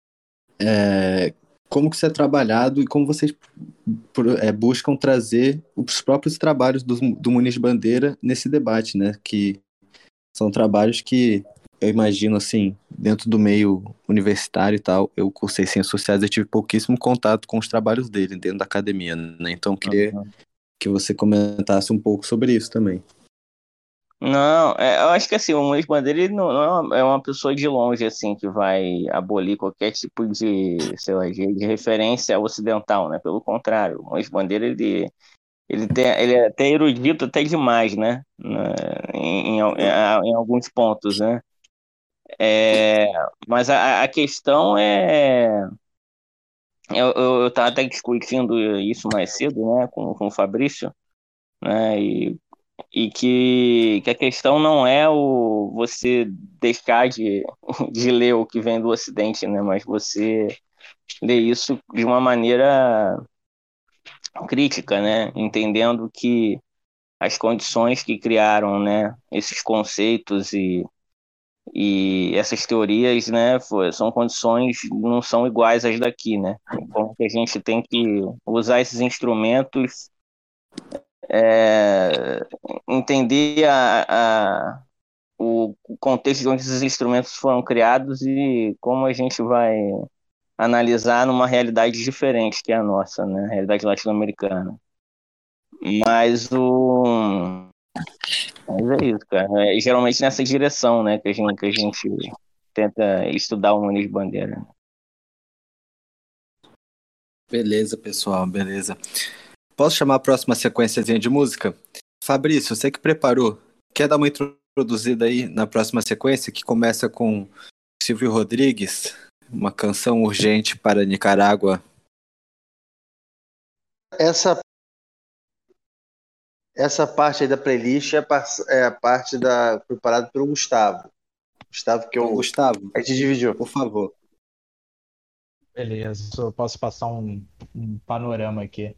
como que isso é trabalhado e como vocês buscam trazer os próprios trabalhos do Muniz Bandeira nesse debate, né? Que são trabalhos que eu imagino, assim, dentro do meio universitário e tal, eu cursei Ciências Sociais, eu tive pouquíssimo contato com os trabalhos dele dentro da academia, né? Então eu queria que você comentasse um pouco sobre isso também. Não, eu acho que assim, o Muniz Bandeira ele não é uma pessoa de longe assim que vai abolir qualquer tipo de, sei lá, de referência ocidental, né? Pelo contrário, o Muniz Bandeira ele é até erudito até demais, né? Em alguns pontos, né? É, mas a questão eu estava até discutindo isso mais cedo, né, com o Fabrício, né, e que a questão não é você deixar de ler o que vem do Ocidente, né, mas você ler isso de uma maneira crítica, né, entendendo que as condições que criaram, né, esses conceitos e essas teorias, né, são condições não são iguais às daqui, né? Como que a gente tem que usar esses instrumentos, é, entender o contexto de onde esses instrumentos foram criados e como a gente vai analisar numa realidade diferente que é a nossa, né? A realidade latino-americana. Mas Mas é isso, cara. É geralmente nessa direção, né, que a gente tenta estudar o Muniz Bandeira. Beleza, pessoal, beleza. Posso chamar a próxima sequenciazinha de música? Fabrício, você que preparou, quer dar uma introduzida aí na próxima sequência, que começa com Silvio Rodrigues, uma canção urgente para Nicarágua? Essa parte aí da playlist é a parte preparada pelo Gustavo. Gustavo, Então, Gustavo, a gente dividiu. por favor. Beleza, eu posso passar um panorama aqui.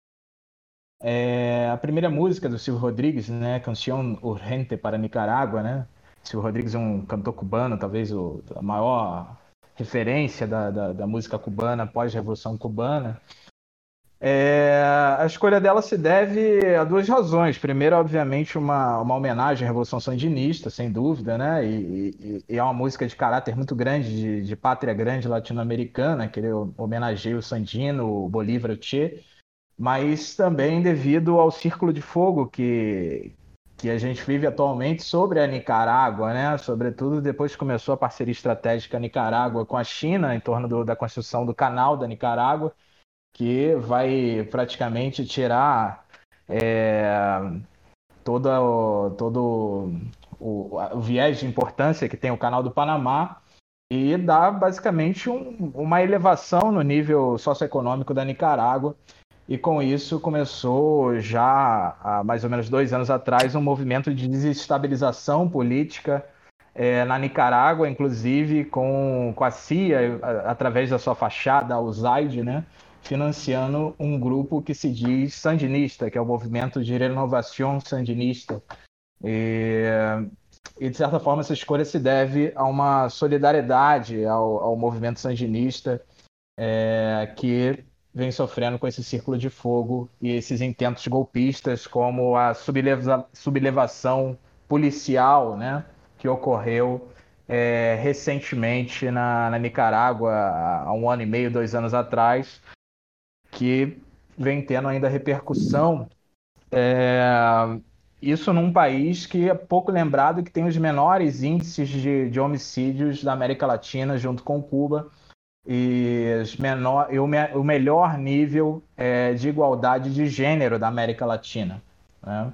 A primeira música do Silvio Rodrigues, né, Canción Urgente para Nicarágua, né? Silvio Rodrigues é um cantor cubano, talvez a maior referência da música cubana pós-Revolução Cubana. A escolha dela se deve a duas razões. Primeiro, obviamente, uma homenagem à Revolução Sandinista, sem dúvida, né? E é uma música de caráter muito grande, de pátria grande latino-americana, que ele homenageia o Sandino, o Bolívar, o Che, mas também devido ao círculo de fogo que a gente vive atualmente sobre a Nicarágua, né? Sobretudo depois que começou a parceria estratégica Nicarágua com a China, em torno da construção do canal da Nicarágua, que vai praticamente tirar todo o viés de importância que tem o Canal do Panamá e dá basicamente uma elevação no nível socioeconômico da Nicarágua. E com isso começou já há mais ou menos 2 anos atrás um movimento de desestabilização política na Nicarágua, inclusive com a CIA, através da sua fachada, a USAID, né, financiando um grupo que se diz sandinista, que é o Movimento de Renovação Sandinista. E de certa forma, essa escolha se deve a uma solidariedade ao movimento sandinista que vem sofrendo com esse círculo de fogo e esses intentos golpistas, como a sublevação policial, né, que ocorreu recentemente na Nicarágua, há 1 ano e meio, 2 anos atrás, que vem tendo ainda repercussão. Isso num país que é pouco lembrado, que tem os menores índices de homicídios da América Latina, junto com Cuba, e o melhor nível de igualdade de gênero da América Latina, né?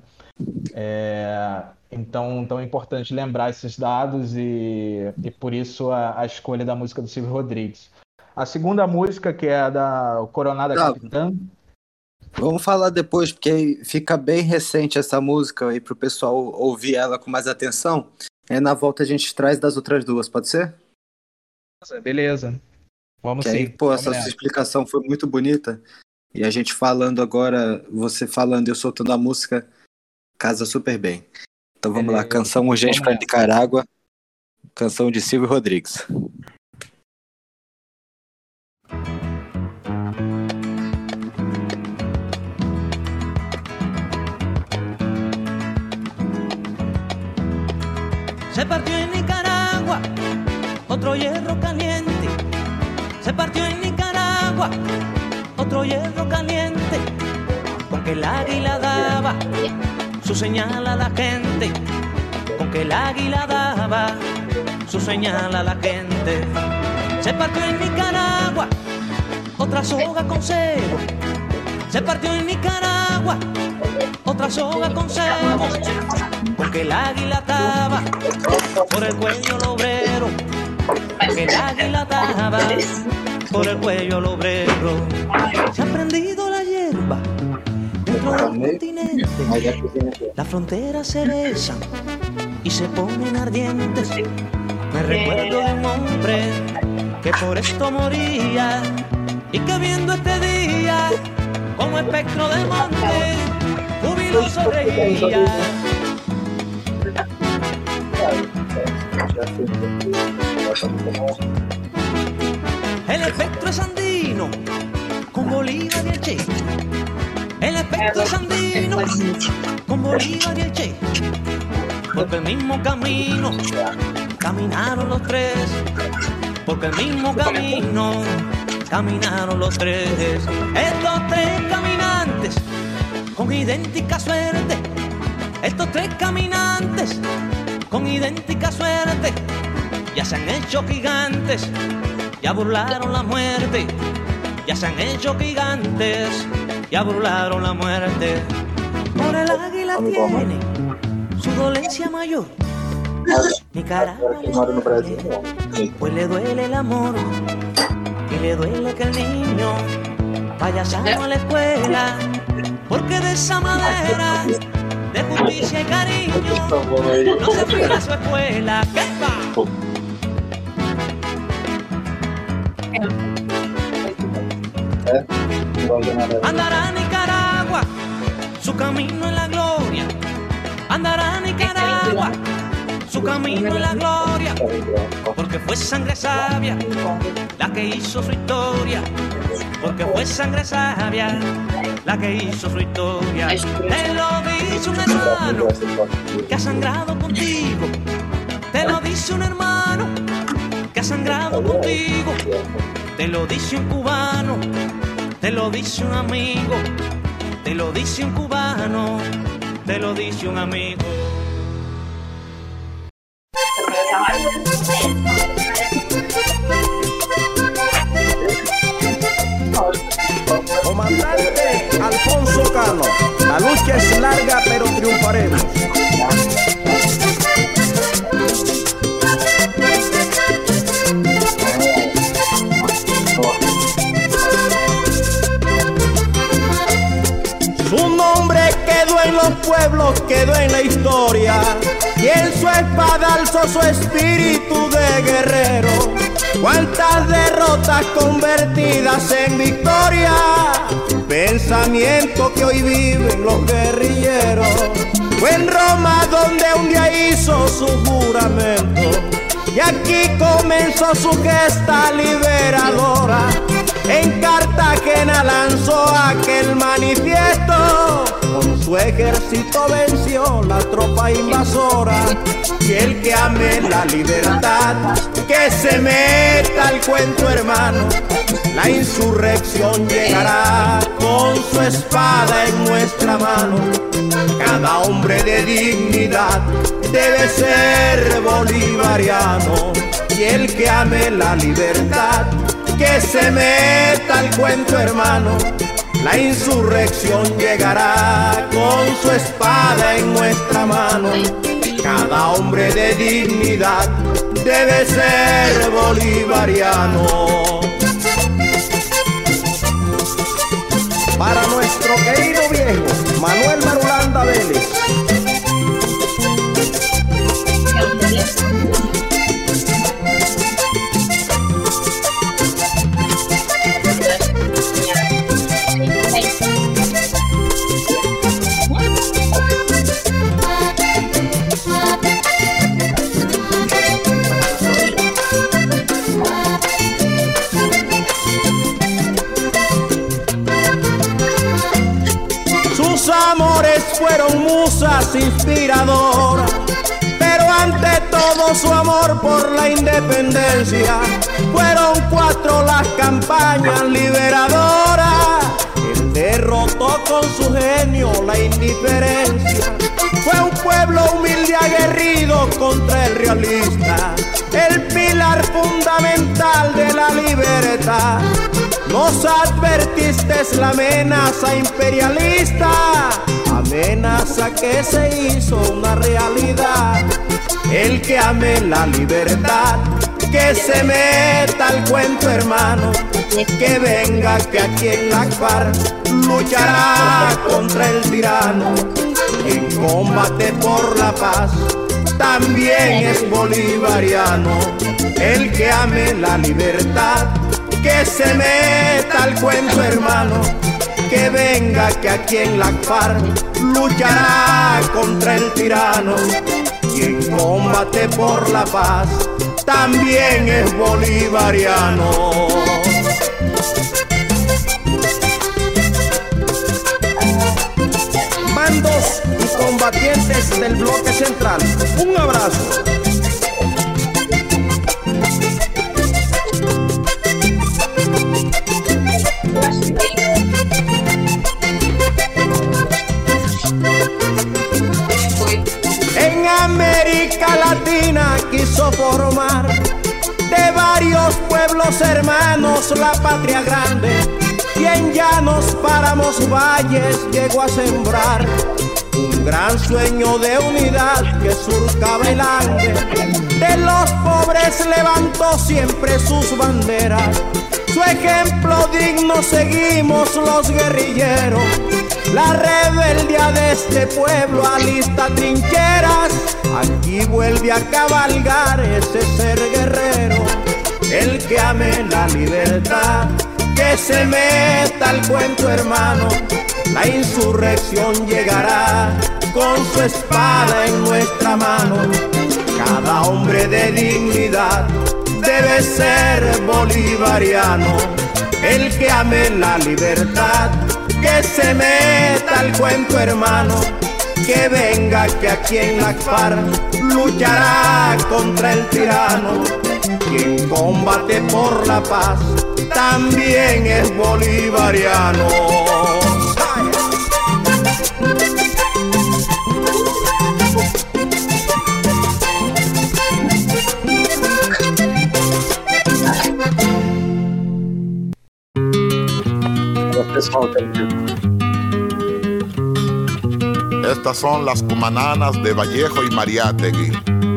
Então é importante lembrar esses dados e por isso a escolha da música do Silvio Rodrigues. A segunda música, que é a da Coronada Capitã. Vamos falar depois, porque fica bem recente essa música aí para o pessoal ouvir ela com mais atenção. Na volta a gente traz das outras duas, pode ser? Beleza. Vamos que sim. Aí, pô, essa sua explicação foi muito bonita. E a gente falando agora, você falando e eu soltando a música, casa super bem. Então vamos lá, Canção Urgente para Nicarágua. Canção de Silvio Rodrigues. Se partió en Nicaragua otro hierro caliente. Se partió en Nicaragua otro hierro caliente. Con que el águila daba su señal a la gente. Con que el águila daba su señal a la gente. Se partió en Nicaragua otra soga con cebo. Se partió en Nicaragua otra soga con cebo. Porque el águila ataba por el cuello al obrero. Porque el águila ataba por el cuello al obrero. Se ha prendido la hierba dentro del continente. Las fronteras se besan y se ponen ardientes. Me recuerdo de un hombre que por esto moría y que viendo este día como espectro del monte jubiloso reía. El espectro es andino con Bolívar y el Che. El espectro es andino con Bolívar y el Che. Porque el mismo camino caminaron los tres. Porque el mismo camino caminaron los tres. Estos tres caminantes con idéntica suerte. Estos tres caminantes con idéntica suerte ya se han hecho gigantes, ya burlaron la muerte. Ya se han hecho gigantes, ya burlaron la muerte. Por el águila tiene su dolencia mayor. Nicaragua le duele, pues le duele el amor. Y le duele que el niño vaya sano a la escuela. Porque de esa madera de justicia y cariño no se fija su escuela. ¿Qué va? Andará Nicaragua su camino en la gloria. Andará Nicaragua su camino en la gloria. Porque fue sangre sabia la que hizo su historia. Porque fue sangre sabia la que hizo su historia. Te lo dice un hermano que ha sangrado contigo. Te lo dice un hermano que ha sangrado contigo. Te lo dice un cubano. Te lo dice un amigo. Te lo dice un cubano. Te lo dice un amigo. Comandante Alfonso Cano, la lucha es larga pero triunfaremos. Su nombre quedó en los pueblos, quedó en la historia, y en su espada alzó su espíritu de guerrero. Cuántas derrotas convertidas en victoria, pensamiento que hoy viven los guerrilleros. Fue en Roma donde un día hizo su juramento, y aquí comenzó su gesta liberadora. En Cartagena lanzó aquel manifiesto, con su ejército venció la tropa invasora. Y el que ame la libertad, que se meta al cuento, hermano. La insurrección llegará con su espada en nuestra mano. Cada hombre de dignidad debe ser bolivariano. Y el que ame la libertad, que se meta al cuento, hermano. La insurrección llegará con su espada en nuestra mano. Cada hombre de dignidad debe ser bolivariano. Para nuestro querido viejo Manuel Marulanda Vélez. musas inspiradoras, pero ante todo su amor por la independencia. Fueron 4 las campañas liberadoras. Él derrotó con su genio la indiferencia. Fue un pueblo humilde aguerrido contra el realista, el pilar fundamental de la libertad. Nos advertiste la amenaza imperialista, amenaza que se hizo una realidad. El que ame la libertad, que se meta al cuento, hermano, que venga, que aquí en la FARC luchará contra el tirano. Quien combate por la paz también es bolivariano. El que ame la libertad, que se meta al cuento, hermano, que venga, que aquí en la FARC luchará contra el tirano. Quien combate por la paz también es bolivariano. Mandos y combatientes del bloque central, un abrazo. En América Latina quiso formar de varios pueblos hermanos la patria grande, y en llanos, páramos, valles llegó a sembrar un gran sueño de unidad que surcaba el Ande. De los pobres levantó siempre sus banderas, su ejemplo digno seguimos los guerrilleros. La rebeldía de este pueblo alista trincheras, aquí vuelve a cabalgar ese ser guerrero. El que ame la libertad, que se meta al cuento, hermano, la insurrección llegará con su espada en nuestra mano. Cada hombre de dignidad debe ser bolivariano. El que ame la libertad, que se meta al cuento, hermano, que venga, que aquí en la FARC luchará contra el tirano. Quien combate por la paz también es bolivariano. Estas son las cumananas de Vallejo y Mariátegui.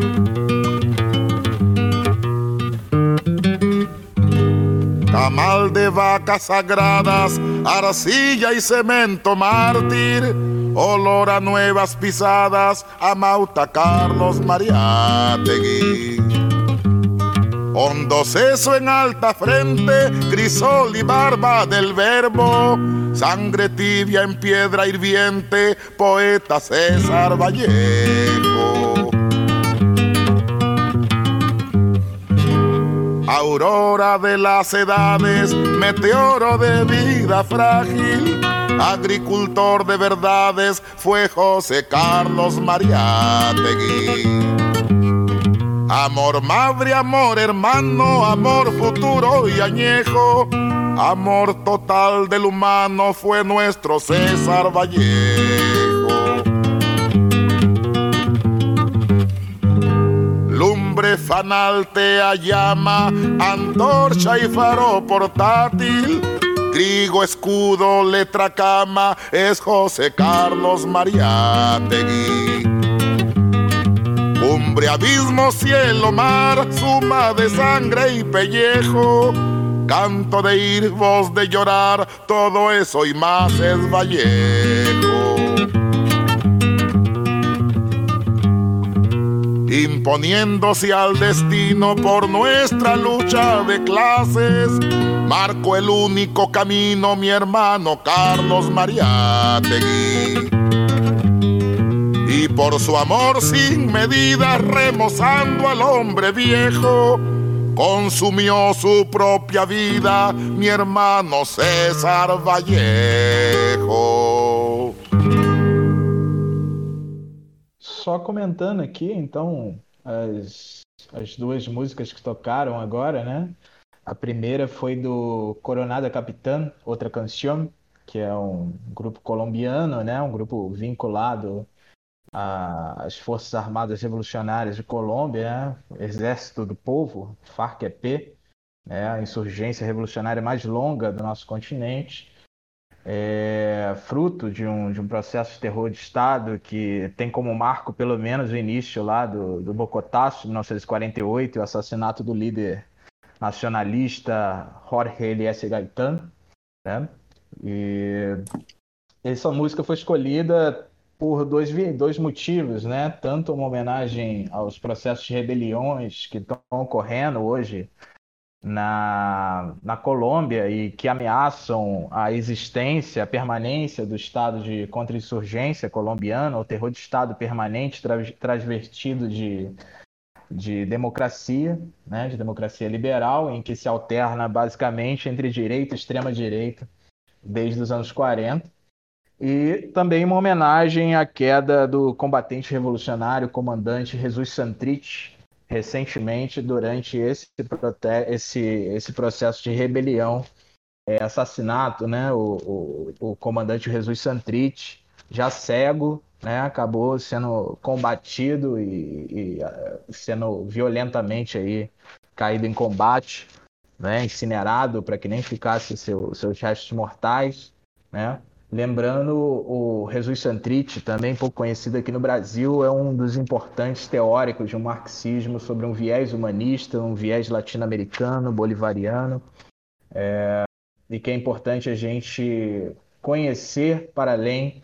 Tamal de vacas sagradas, arcilla y cemento mártir, olor a nuevas pisadas, a Mauta Carlos Mariátegui. Hondo seso en alta frente, crisol y barba del verbo, sangre tibia en piedra hirviente, poeta César Vallejo. Aurora de las edades, meteoro de vida frágil, agricultor de verdades, fue José Carlos Mariátegui. Amor madre, amor hermano, amor futuro y añejo, amor total del humano, fue nuestro César Vallejo. Lumbre, fanal, tea, llama, antorcha y faro portátil, trigo, escudo, letra, cama, es José Carlos Mariátegui. Cumbre, abismo, cielo, mar, suma de sangre y pellejo, canto de ir, voz de llorar, todo eso y más es Vallejo. Imponiéndose al destino por nuestra lucha de clases, marcó el único camino mi hermano Carlos Mariátegui. Y por su amor sin medida, remozando al hombre viejo, consumió su propia vida mi hermano César Vallejo. só comentando aqui, então, as duas músicas que tocaram agora, né? A primeira foi do Coronada Capitán, Outra Canción, que é um grupo colombiano, né? Um grupo vinculado às Forças Armadas Revolucionárias de Colômbia, né? Exército do Povo, FARC-EP, né? A insurgência revolucionária mais longa do nosso continente. Fruto de um processo de terror de Estado que tem como marco, pelo menos, o início lá do Bogotaço, de 1948, e o assassinato do líder nacionalista Jorge Eliécer Gaitán, né? E essa música foi escolhida por dois motivos, né? Tanto uma homenagem aos processos de rebeliões que estão ocorrendo hoje na Colômbia e que ameaçam a existência, a permanência do estado de contra-insurgência colombiano, o terror de estado permanente transvertido de democracia, né, de democracia liberal, em que se alterna basicamente entre direita e extrema-direita desde os anos 40. E também uma homenagem à queda do combatente revolucionário, comandante Jesus Santrich, recentemente, durante esse processo de rebelião, assassinato, né? O comandante Jesus Santrich, já cego, né? Acabou sendo combatido e sendo violentamente aí caído em combate, né? Incinerado para que nem ficasse seus restos mortais, né? Lembrando, o Jesus Santrich, também pouco conhecido aqui no Brasil, é um dos importantes teóricos de um marxismo sobre um viés humanista, um viés latino-americano, bolivariano, e que é importante a gente conhecer para além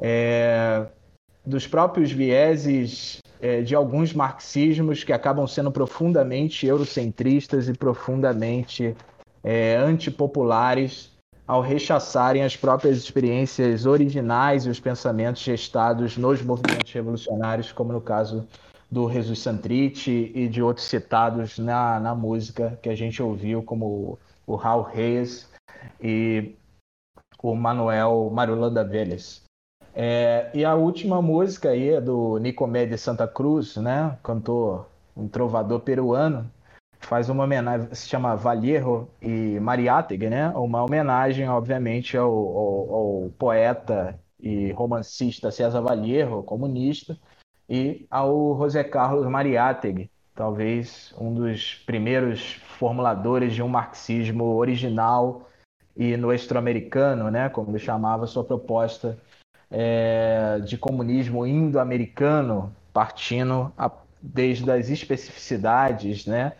dos próprios vieses de alguns marxismos que acabam sendo profundamente eurocentristas e profundamente antipopulares, ao rechaçarem as próprias experiências originais e os pensamentos gestados nos movimentos revolucionários, como no caso do Jesus Santrich e de outros citados na música que a gente ouviu, como o Raul Reyes e o Manuel Marulanda Vélez. E a última música aí é do Nicomé de Santa Cruz, né? Cantor, um trovador peruano, faz uma homenagem, se chama Vallejo e Mariátegui, né? Uma homenagem, obviamente, ao poeta e romancista César Vallejo, comunista, e ao José Carlos Mariátegui, talvez um dos primeiros formuladores de um marxismo original e nuestro-americano, né? Como ele chamava sua proposta de comunismo indo-americano, partindo desde as especificidades, né?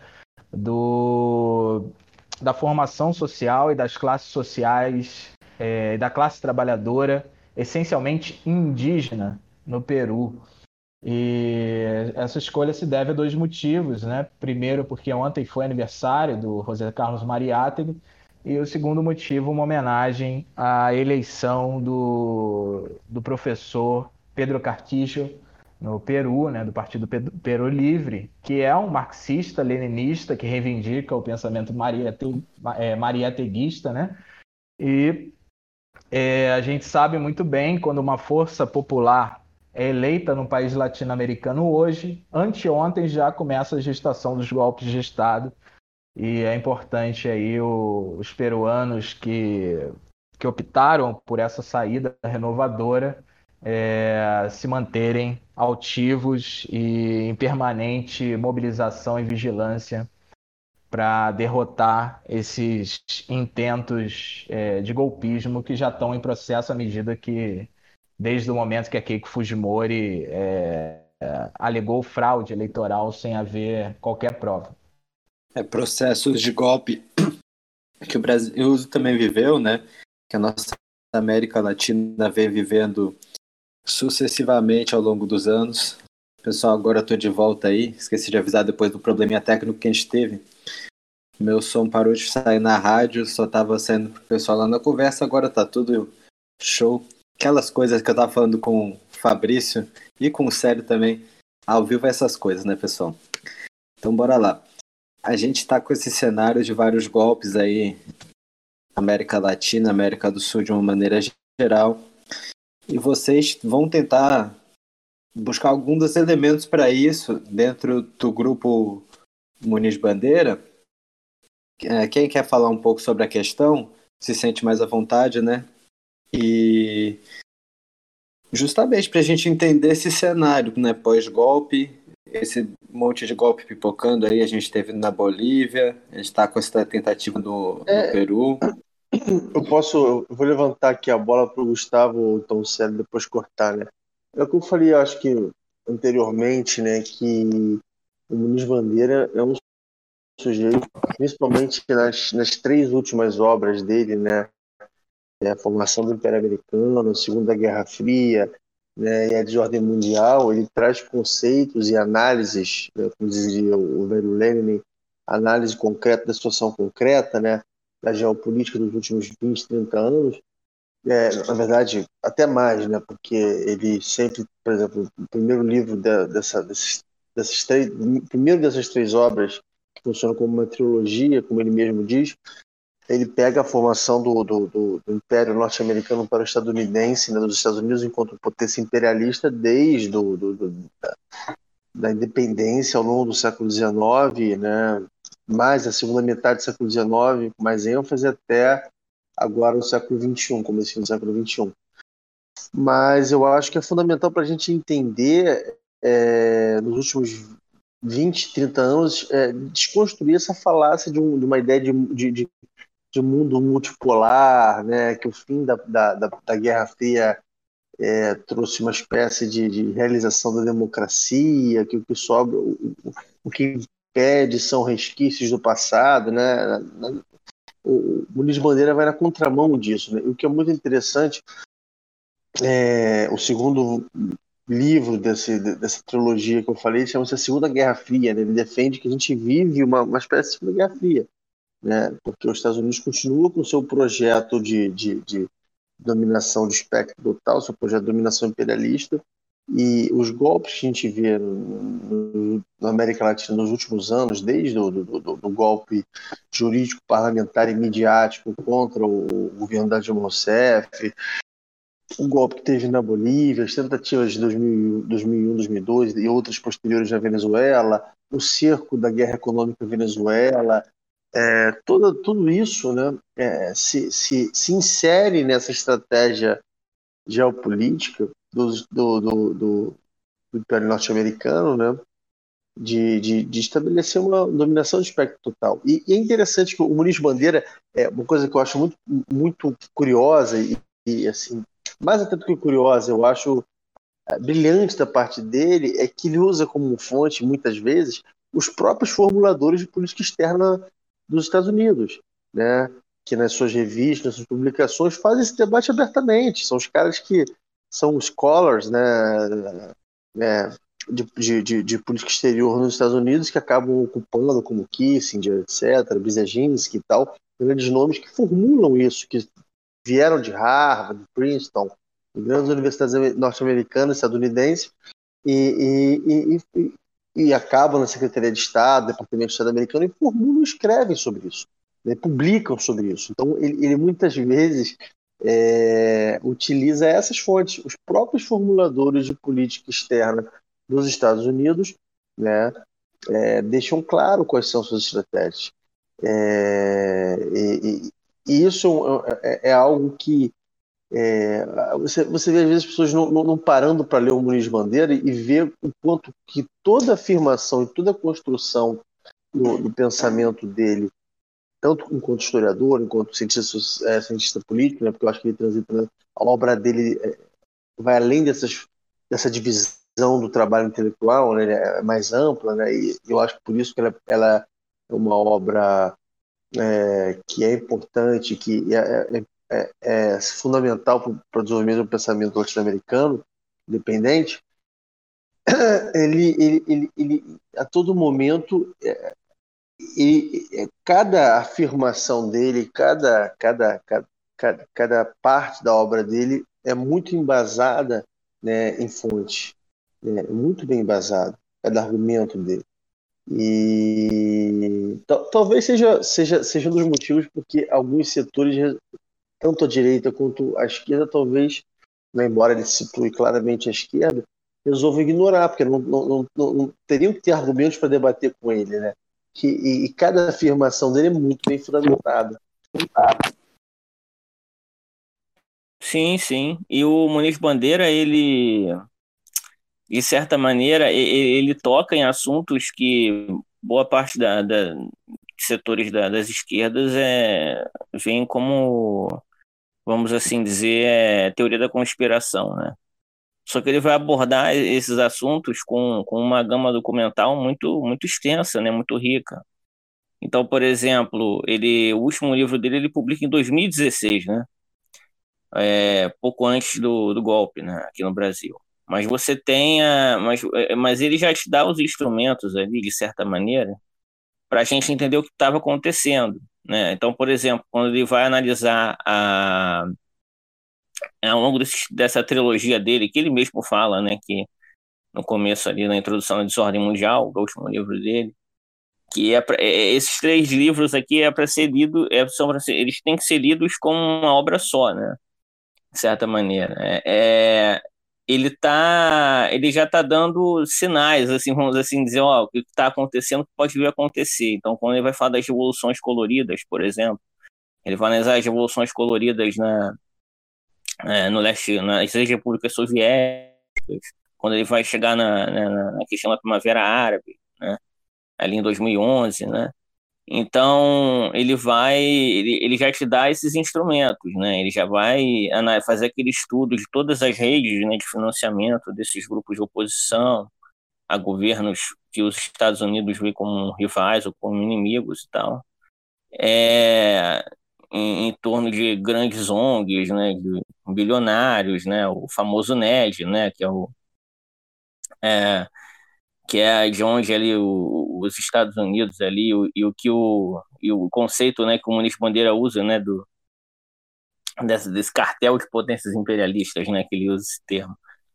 Da formação social e das classes sociais, da classe trabalhadora, essencialmente indígena, no Peru. E essa escolha se deve a dois motivos, né? Primeiro, porque ontem foi aniversário do José Carlos Mariátegui, e o segundo motivo, uma homenagem à eleição do professor Pedro Castillo, no Peru, né, do Partido Peru Livre, que é um marxista-leninista que reivindica o pensamento mariáteguista, né? E a gente sabe muito bem, quando uma força popular é eleita no país latino-americano hoje, anteontem já começa a gestação dos golpes de Estado, e é importante aí os peruanos que optaram por essa saída renovadora se manterem altivos e em permanente mobilização e vigilância para derrotar esses intentos de golpismo que já estão em processo à medida que, desde o momento que a Keiko Fujimori alegou fraude eleitoral sem haver qualquer prova. Processos de golpe que o Brasil também viveu, né? Que a nossa América Latina vem vivendo sucessivamente ao longo dos anos. Pessoal, agora estou de volta aí. Esqueci de avisar depois do probleminha técnico que a gente teve. Meu som parou de sair na rádio, só estava saindo pro pessoal lá na conversa, agora tá tudo show. Aquelas coisas que eu tava falando com o Fabrício e com o Célio também. Ao vivo essas coisas, né, pessoal? Então bora lá. A gente tá com esse cenário de vários golpes aí, América Latina, América do Sul de uma maneira geral. E vocês vão tentar buscar algum dos elementos para isso dentro do grupo Muniz Bandeira. Quem quer falar um pouco sobre a questão, se sente mais à vontade, né? E justamente para a gente entender esse cenário, né? Pós-golpe, esse monte de golpe pipocando aí, a gente teve na Bolívia, a gente está com essa tentativa no Peru. Eu vou levantar aqui a bola para o Gustavo, então o Célio depois cortar, né? É o que eu falei, acho que anteriormente, né, que o Muniz Bandeira é um sujeito, principalmente nas 3 últimas obras dele, né, a formação do Império Americano, a Segunda Guerra Fria, né, e a desordem mundial, ele traz conceitos e análises, né, como dizia o velho Lenin, análise concreta da situação concreta, né, da geopolítica dos últimos 20, 30 anos, na verdade, até mais, né, porque ele sempre, por exemplo, o primeiro livro primeiro dessas 3 obras, que funcionam como uma trilogia, como ele mesmo diz, ele pega a formação do Império Norte-Americano para o estadunidense, né, dos Estados Unidos enquanto potência imperialista desde da independência ao longo do século XIX, né, mais a segunda metade do século XIX, com mais ênfase até agora no século XXI, começo do século XXI. Mas eu acho que é fundamental para a gente entender, nos últimos 20, 30 anos, desconstruir essa falácia de uma ideia de mundo multipolar, né, que o fim da Guerra Fria trouxe uma espécie de realização da democracia, que o que sobra, o que impede são resquícios do passado, né? O Muniz Bandeira vai na contramão disso, né? O que é muito interessante o segundo livro dessa trilogia que eu falei chama-se A Segunda Guerra Fria, né? Ele defende que a gente vive uma espécie de Segunda Guerra Fria, né? Porque os Estados Unidos continuam com o seu projeto de dominação de espectro total, seu projeto de dominação imperialista, e os golpes que a gente vê na América Latina nos últimos anos, desde do golpe jurídico, parlamentar e midiático contra o governo da Dilma Rousseff, o golpe que teve na Bolívia, as tentativas de 2001, 2002 e outras posteriores na Venezuela, o cerco da guerra econômica na Venezuela, tudo isso, né, se insere nessa estratégia geopolítica do Império Norte-Americano, né, de estabelecer uma dominação de espectro total. E é interessante que o Muniz Bandeira, uma coisa que eu acho muito, muito curiosa e assim, mais até do que curiosa, eu acho brilhante da parte dele, é que ele usa como fonte, muitas vezes, os próprios formuladores de política externa dos Estados Unidos, né? Que nas suas revistas, nas suas publicações, fazem esse debate abertamente. São os caras que são scholars, né, de política exterior nos Estados Unidos, que acabam ocupando, como Kissinger, etc., Brzezinski e tal, grandes nomes que formulam isso, que vieram de Harvard, Princeton, de grandes universidades norte-americanas, estadunidenses, e acabam na Secretaria de Estado, Departamento de Estado americano, e formulam e escrevem sobre isso, né, publicam sobre isso. Então, ele muitas vezes utiliza essas fontes, os próprios formuladores de política externa dos Estados Unidos, né, deixam claro quais são suas estratégias. E isso é algo que você vê às vezes pessoas não parando para ler o Muniz Bandeira e ver o quanto que toda afirmação e toda construção do pensamento dele, tanto enquanto historiador, enquanto cientista político, né, porque eu acho que ele transita, a obra dele vai além dessa divisão do trabalho intelectual, né, é mais ampla, né, e eu acho que por isso que ela é uma obra que é importante, que é fundamental para o desenvolvimento do pensamento latino-americano independente. Ele a todo momento, cada afirmação dele, cada parte da obra dele é muito embasada, né, em fonte, né, muito bem embasado, cada argumento dele. E talvez seja um dos motivos porque alguns setores, tanto a direita quanto a esquerda, talvez, né, embora ele situe claramente a esquerda, resolvam ignorar, porque não teriam que ter argumentos para debater com ele, né? E cada afirmação dele é muito bem fundamentada. Sim, sim. E o Muniz Bandeira, ele, de certa maneira, ele toca em assuntos que boa parte setores das esquerdas veem como, vamos assim dizer, teoria da conspiração, né? Só que ele vai abordar esses assuntos com uma gama documental muito, muito extensa, né? Muito rica. Então, por exemplo, o último livro dele ele publica em 2016, né? Pouco antes do golpe, né? Aqui no Brasil. Mas você tem mas ele já te dá os instrumentos ali, de certa maneira, para a gente entender o que estava acontecendo, né? Então, por exemplo, quando ele vai analisar ao longo dessa trilogia dele, que ele mesmo fala, né, que no começo ali, na introdução da Desordem Mundial, o último livro dele, que esses 3 livros aqui para ser lido, eles têm que ser lidos como uma obra só, né? De certa maneira. Ele já está dando sinais, assim, vamos assim dizer, ó, o que está acontecendo pode vir a acontecer. Então, quando ele vai falar das revoluções coloridas, por exemplo, ele vai analisar as revoluções coloridas no leste, nas repúblicas soviéticas, quando ele vai chegar na questão da Primavera Árabe, né, ali em 2011, né? Então, ele já te dá esses instrumentos, né? Ele já vai fazer aquele estudo de todas as redes, né, de financiamento desses grupos de oposição a governos que os Estados Unidos vê como rivais ou como inimigos e tal. Em torno de grandes ONGs, né, de bilionários, né, o famoso NED, né, que é de onde ali os Estados Unidos ali e o conceito, né, que o Muniz Bandeira usa, né, desse cartel de potências imperialistas, né, que ele usa esse termo,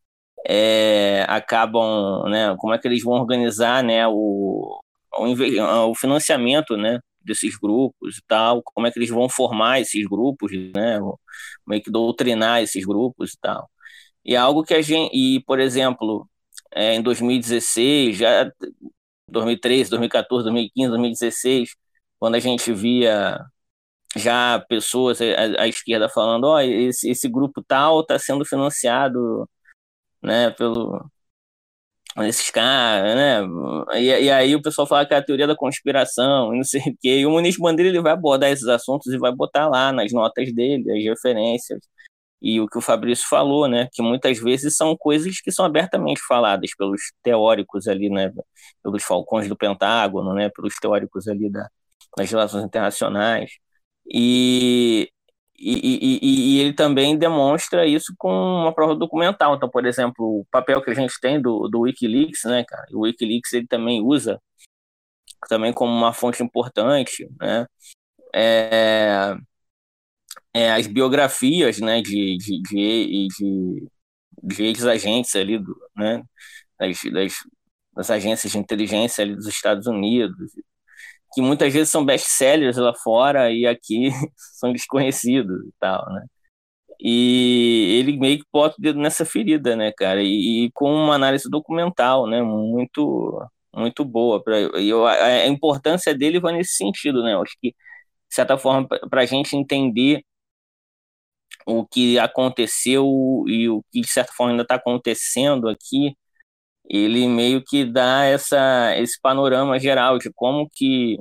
acabam, né, como é que eles vão organizar, né, o financiamento, né, desses grupos e tal, como é que eles vão formar esses grupos, né, meio que doutrinar esses grupos e tal. E é algo que por exemplo, em 2016, já 2013, 2014, 2015, 2016, quando a gente via já pessoas à esquerda falando, esse grupo tal está sendo financiado, né, esses caras, né? E aí o pessoal fala que é a teoria da conspiração, e não sei o quê. E o Muniz Bandeira ele vai abordar esses assuntos e vai botar lá nas notas dele, as referências. E o que o Fabrício falou, né? Que muitas vezes são coisas que são abertamente faladas pelos teóricos ali, né? Pelos falcões do Pentágono, né? Pelos teóricos ali das relações internacionais. E ele também demonstra isso com uma prova documental. Então, por exemplo, o papel que a gente tem do Wikileaks, né, cara? O Wikileaks ele também usa também como uma fonte importante, né? As biografias, né, de ex-agentes ali, né, das agências de inteligência ali dos Estados Unidos, que muitas vezes são best-sellers lá fora e aqui são desconhecidos e tal, né? E ele meio que bota o dedo nessa ferida, né, cara? E com uma análise documental, né, muito, muito boa. A importância dele vai nesse sentido, né? Acho que, de certa forma, para a gente entender o que aconteceu e o que, de certa forma, ainda está acontecendo aqui, ele meio que dá esse panorama geral de como que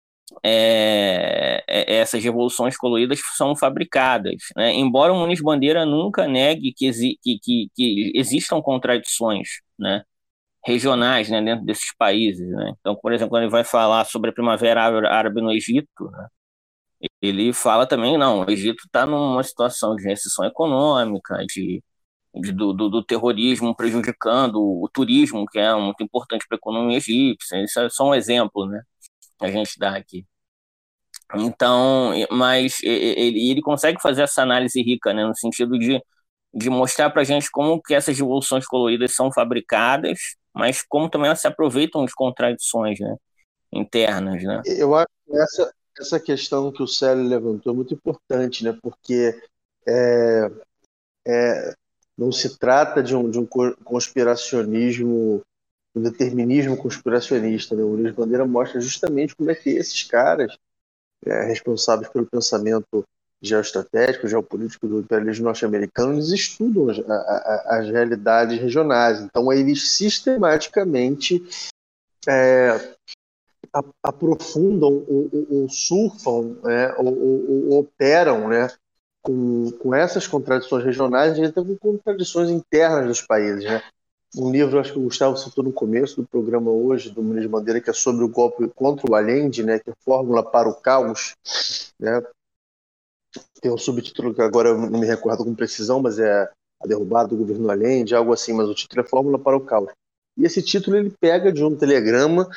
essas revoluções coloridas são fabricadas, né? Embora o Muniz Bandeira nunca negue que existam contradições, né, regionais, né, dentro desses países, né? Então, por exemplo, quando ele vai falar sobre a Primavera Árabe no Egito, né, ele fala também, não, o Egito está numa situação de recessão econômica, do terrorismo prejudicando o turismo, que é muito importante para a economia egípcia. Isso é só um exemplo, né, que a gente dá aqui. Então, mas ele consegue fazer essa análise rica, né, no sentido de mostrar para a gente como que essas revoluções coloridas são fabricadas, mas como também elas se aproveitam de contradições, né, internas, né? Eu acho que essa questão que o Célio levantou é muito importante, né? Porque Não se trata de um conspiracionismo, um determinismo conspiracionista, né? O Ulisses Bandeira mostra justamente como é que esses caras, responsáveis pelo pensamento geoestratégico, geopolítico do imperialismo norte-americano, eles estudam as realidades regionais. Então, eles sistematicamente aprofundam ou surfam, ou operam, né, com essas contradições regionais e até com contradições internas dos países, né? Um livro, acho que o Gustavo citou no começo do programa hoje, do Ulisses Bandeira, que é sobre o golpe contra o Allende, né, que é a Fórmula para o Caos, né? Tem um subtítulo que agora eu não me recordo com precisão, mas é A Derrubada do Governo Allende, algo assim, mas o título é Fórmula para o Caos. E esse título ele pega de um telegrama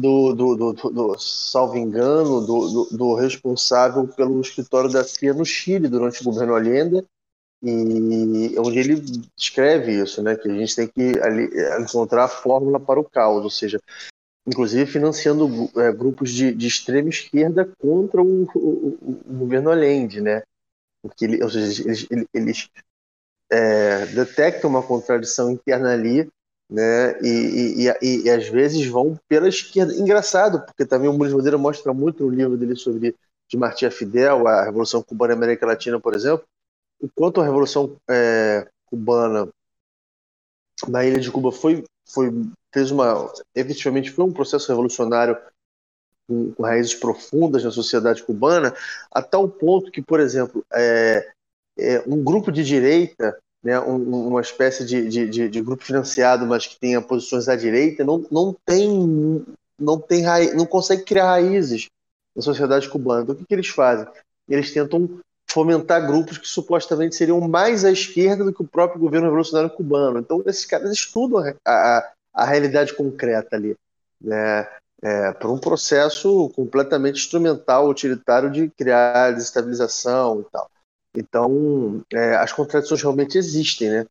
salvo engano, do responsável pelo escritório da CIA no Chile durante o governo Allende, e onde ele escreve isso, né, que a gente tem que encontrar a fórmula para o caos, ou seja, inclusive financiando grupos de extrema esquerda contra o governo Allende, né, porque ou seja, eles detectam uma contradição interna ali, né, e às vezes vão pela esquerda. Engraçado, porque também o Ulisses Bandeira mostra muito no livro dele de Martí a Fidel, a Revolução Cubana e América Latina, por exemplo, o quanto a Revolução Cubana na ilha de Cuba efetivamente foi um processo revolucionário com raízes profundas na sociedade cubana, a tal ponto que, por exemplo, um grupo de direita, né, uma espécie de grupo financiado, mas que tenha posições à direita, não consegue criar raízes na sociedade cubana. Então, o que eles fazem? Eles tentam fomentar grupos que supostamente seriam mais à esquerda do que o próprio governo revolucionário cubano. Então, esses caras estudam a realidade concreta ali, né, por um processo completamente instrumental, utilitário de criar desestabilização e tal. Então, as contradições realmente existem, né?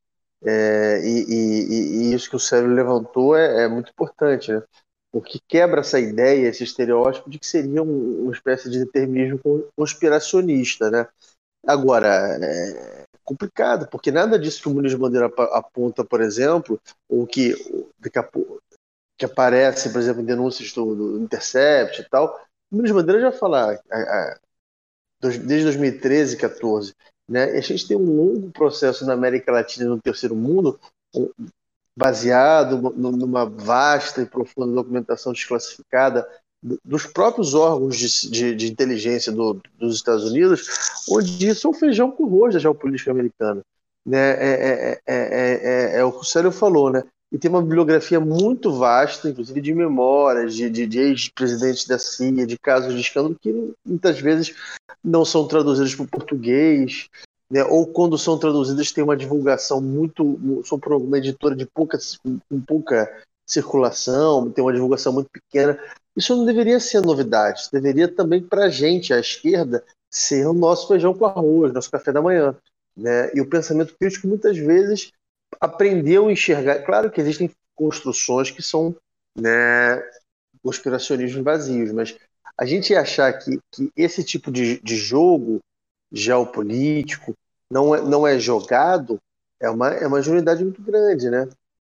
E isso que o Célio levantou é muito importante, né? Porque quebra essa ideia, esse estereótipo de que seria uma espécie de determinismo conspiracionista, né? Agora, é complicado, porque nada disso que o Ulisses Bandeira aponta, por exemplo, ou que aparece, por exemplo, em denúncias do Intercept e tal, o Ulisses Bandeira já fala desde 2013, 2014, né? A gente tem um longo processo na América Latina e no Terceiro Mundo baseado numa vasta e profunda documentação desclassificada dos próprios órgãos de inteligência dos Estados Unidos, onde isso é um feijão com arroz da geopolítica americana, né? É o que o Célio falou, né? E tem uma bibliografia muito vasta, inclusive de memórias de ex-presidentes da CIA, de casos de escândalo que muitas vezes não são traduzidos para o português, né? Ou quando são traduzidas tem uma divulgação são por uma editora com pouca circulação, tem uma divulgação muito pequena. Isso não deveria ser novidade, isso deveria também, para a gente, à esquerda, ser o nosso feijão com arroz, nosso café da manhã, né? E o pensamento crítico muitas vezes aprendeu a enxergar. Claro que existem construções que são, né, conspiracionismos vazios, mas a gente achar que esse tipo de jogo geopolítico não é jogado é uma ingenuidade muito grande, né?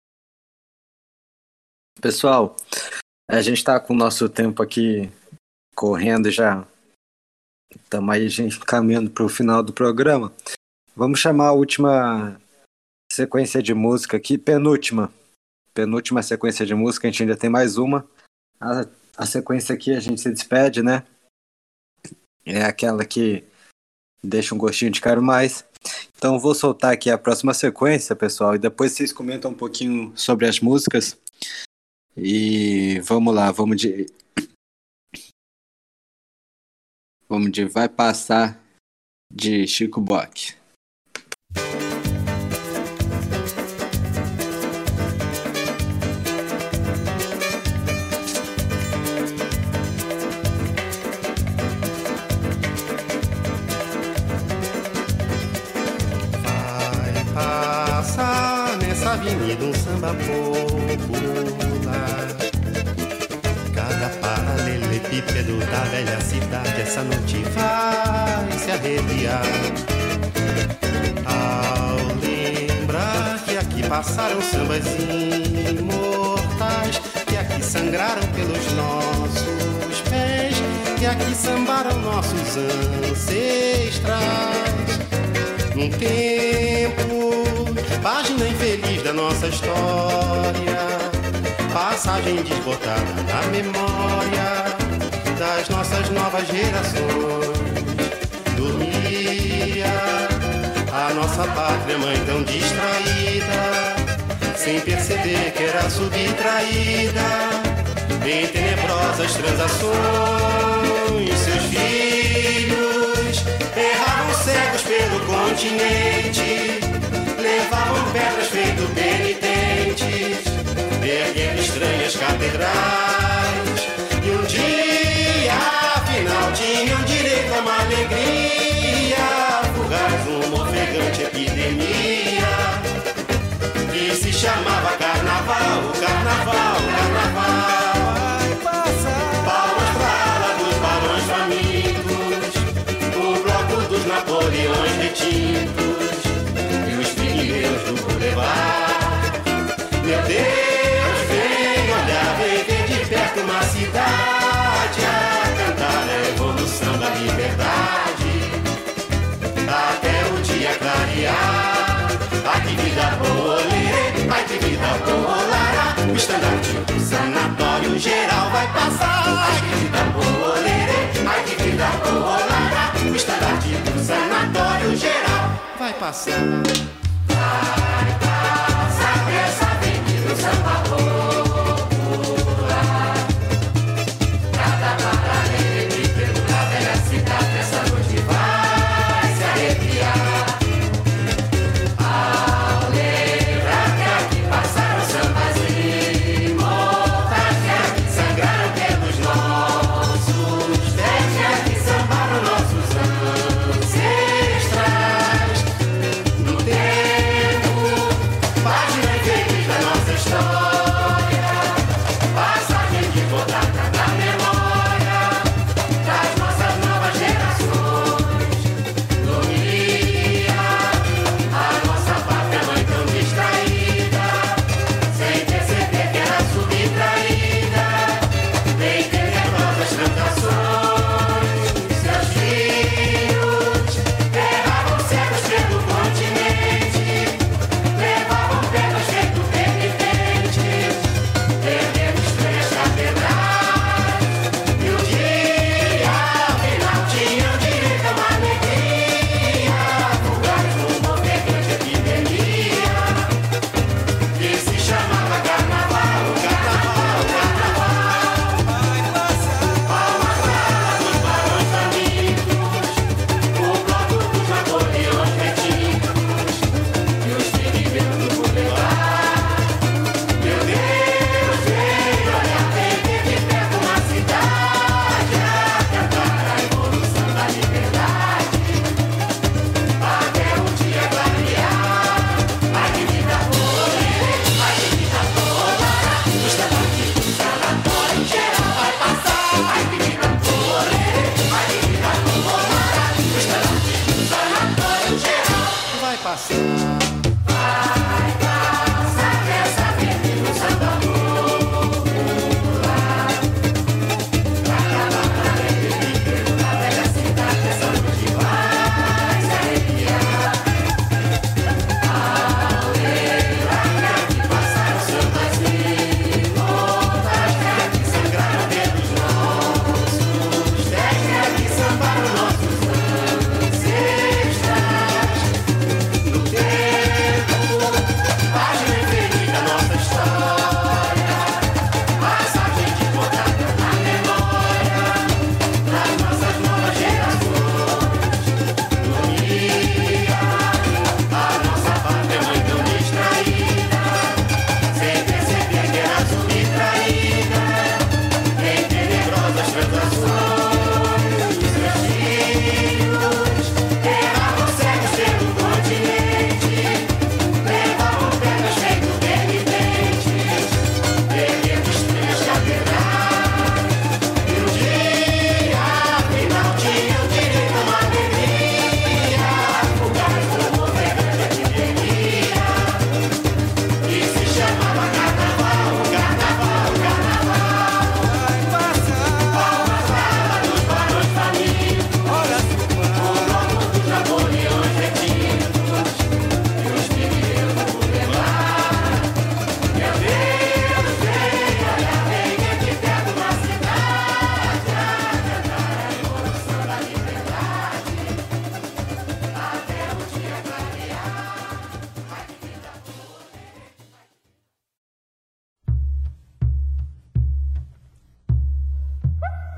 Pessoal, a gente está com o nosso tempo aqui correndo, já estamos aí caminhando para o final do programa. Vamos chamar a última sequência de música aqui, penúltima sequência de música, a gente ainda tem mais uma. A sequência aqui a gente se despede, né? É aquela que deixa um gostinho de quero mais. Então vou soltar aqui a próxima sequência, pessoal, e depois vocês comentam um pouquinho sobre as músicas. E vamos lá, vamos de Vai Passar, de Chico Buarque. Vai passar nessa avenida um samba popular, cada paralelepípedo da velha cidade essa noite vai se arrepiar ao lembrar aqui passaram sambas imortais, que aqui sangraram pelos nossos pés, que aqui sambaram nossos ancestrais. Num tempo, página infeliz da nossa história, passagem desbotada na memória das nossas novas gerações. Dormia a nossa pátria mãe tão distraída, sem perceber que era subtraída em tenebrosas transações. Seus filhos erravam cegos pelo continente, levavam pedras feito penitentes, erguendo estranhas catedrais. E um dia, afinal, tinham direito a uma alegria fugaz, uma ofegante epidemia que se chamava carnaval, o carnaval, o carnaval. Palmas pra ala dos barões famintos, o bloco dos Napoleões retintos e os pigmeus do Boulevard. Meu Deus, vem olhar, vem ver de perto uma cidade a cantar a evolução da liberdade até o dia clarear. Ai que vida boa, ai que vida boa, lara. O estandarte do sanatório geral vai passar. Ai que vida boa, ai que vida boa, lara. O estandarte do sanatório geral vai passar. Vai passar essa avenida, o samba popular. Cada paralelo pela velha cidade, essa noite vai se arrepiar. História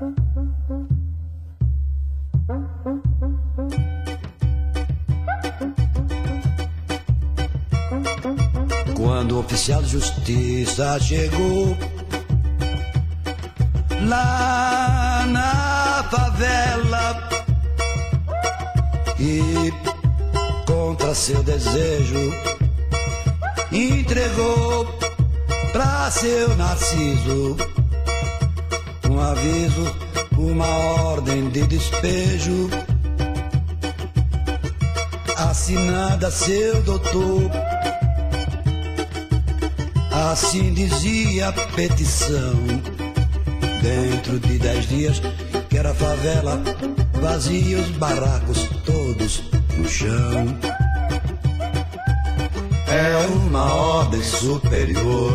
Quando o oficial de justiça chegou lá na favela e, contra seu desejo, entregou pra seu Narciso um aviso, uma ordem de despejo, assinada seu doutor. Assim dizia a petição: dentro de 10 dias quero a favela vazia, os barracos todos no chão. É uma ordem superior.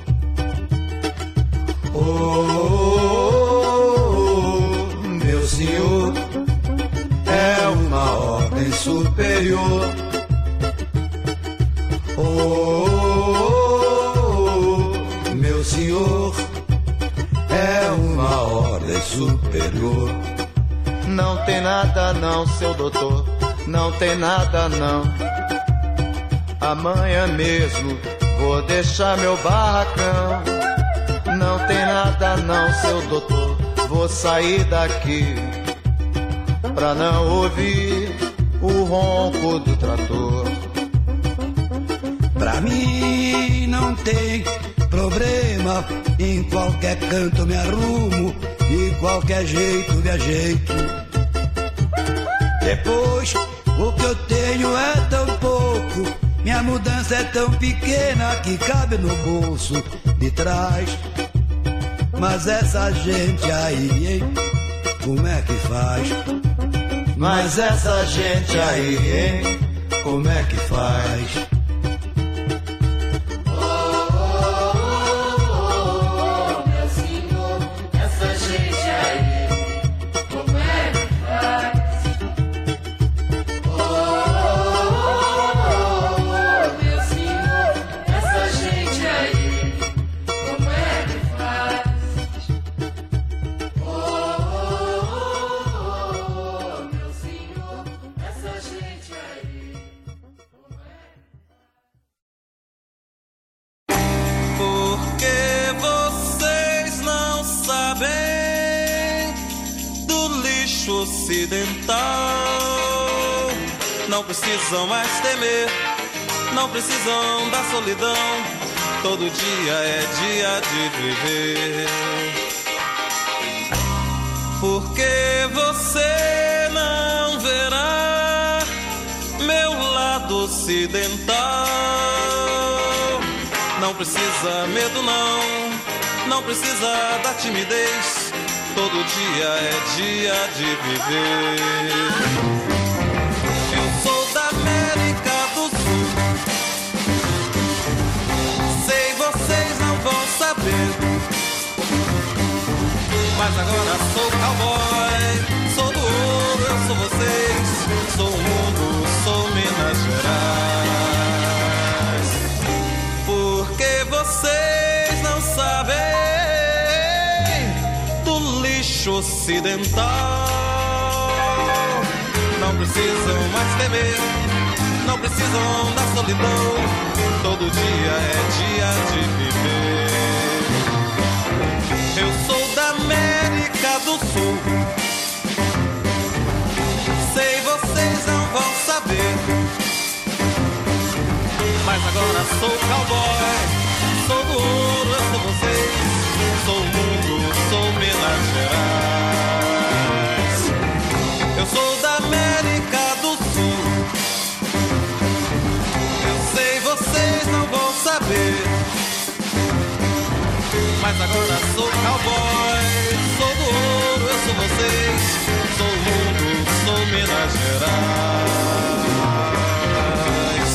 Oh, meu senhor, é uma ordem superior. Oh, meu senhor, é uma ordem superior. Não tem nada não, seu doutor, não tem nada não. Amanhã mesmo vou deixar meu barracão. Não tem nada não, seu doutor, vou sair daqui pra não ouvir o ronco do trator. Pra mim não tem problema, em qualquer canto me arrumo, de qualquer jeito me ajeito. Depois o que eu tenho é tão pouco, minha mudança é tão pequena que cabe no bolso de trás. Mas essa gente aí, hein, como é que faz? Mas essa gente aí, hein, como é que faz? Não precisam mais temer, não precisam da solidão. Todo dia é dia de viver. Porque você não verá meu lado ocidental. Não precisa medo não, não precisa da timidez. Todo dia é dia de viver. Eu sou da América do Sul. Sei, vocês não vão saber. Mas agora sou cowboy, sou do ouro, eu sou vocês. Sou o mundo, sou Minas Gerais. Porque vocês não sabem do lixo ocidental. Não precisam mais temer, não precisam da solidão. Todo dia é dia de viver. Eu sou da América do Sul. Sei, vocês não vão saber. Mas agora sou cowboy, sou do ouro, eu sou vocês. Sou o mundo, sou Minas Gerais. Eu sou da América do Sul. Eu sei, vocês não vão saber. Mas agora sou cowboy, sou do ouro, eu sou vocês. Sou o mundo, sou Minas Gerais.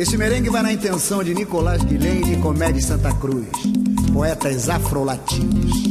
Esse merengue vai na intenção de Nicolás Guilhem e de Comédia Santa Cruz, poetas afrolatinos.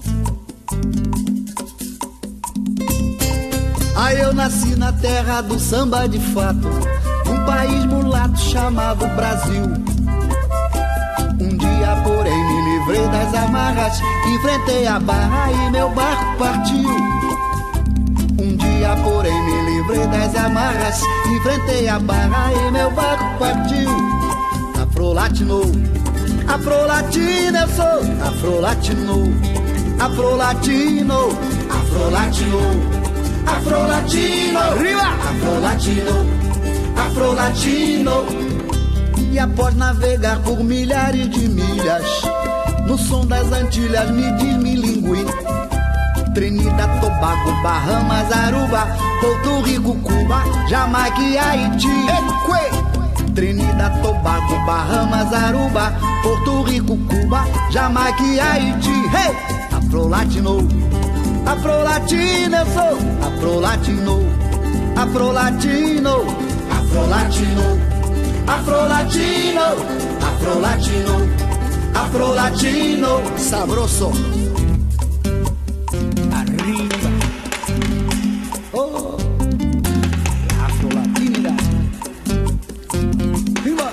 Eu nasci na terra do samba de fato, num país mulato chamado Brasil. Um dia, porém, me livrei das amarras, enfrentei a barra e meu barco partiu. Um dia, porém, me livrei das amarras, enfrentei a barra e meu barco partiu. Afrolatino, afrolatino eu sou, afrolatino, afrolatino, afrolatino. Afrolatino, afrolatino, afrolatino. E após navegar por milhares de milhas, no som das Antilhas me desmilingüi. Trinidad, Tobago, Bahamas, Aruba, Porto Rico, Cuba, Jamaica e Haiti. Trinidad, Tobago, Bahamas, Aruba, Porto Rico, Cuba, Jamaica e Haiti. Afrolatino, afrolatino eu sou, afrolatino, afrolatino, afrolatino, afrolatino, afrolatino, afrolatino, sabroso. Arriba. Oh, afrolatina. Viva.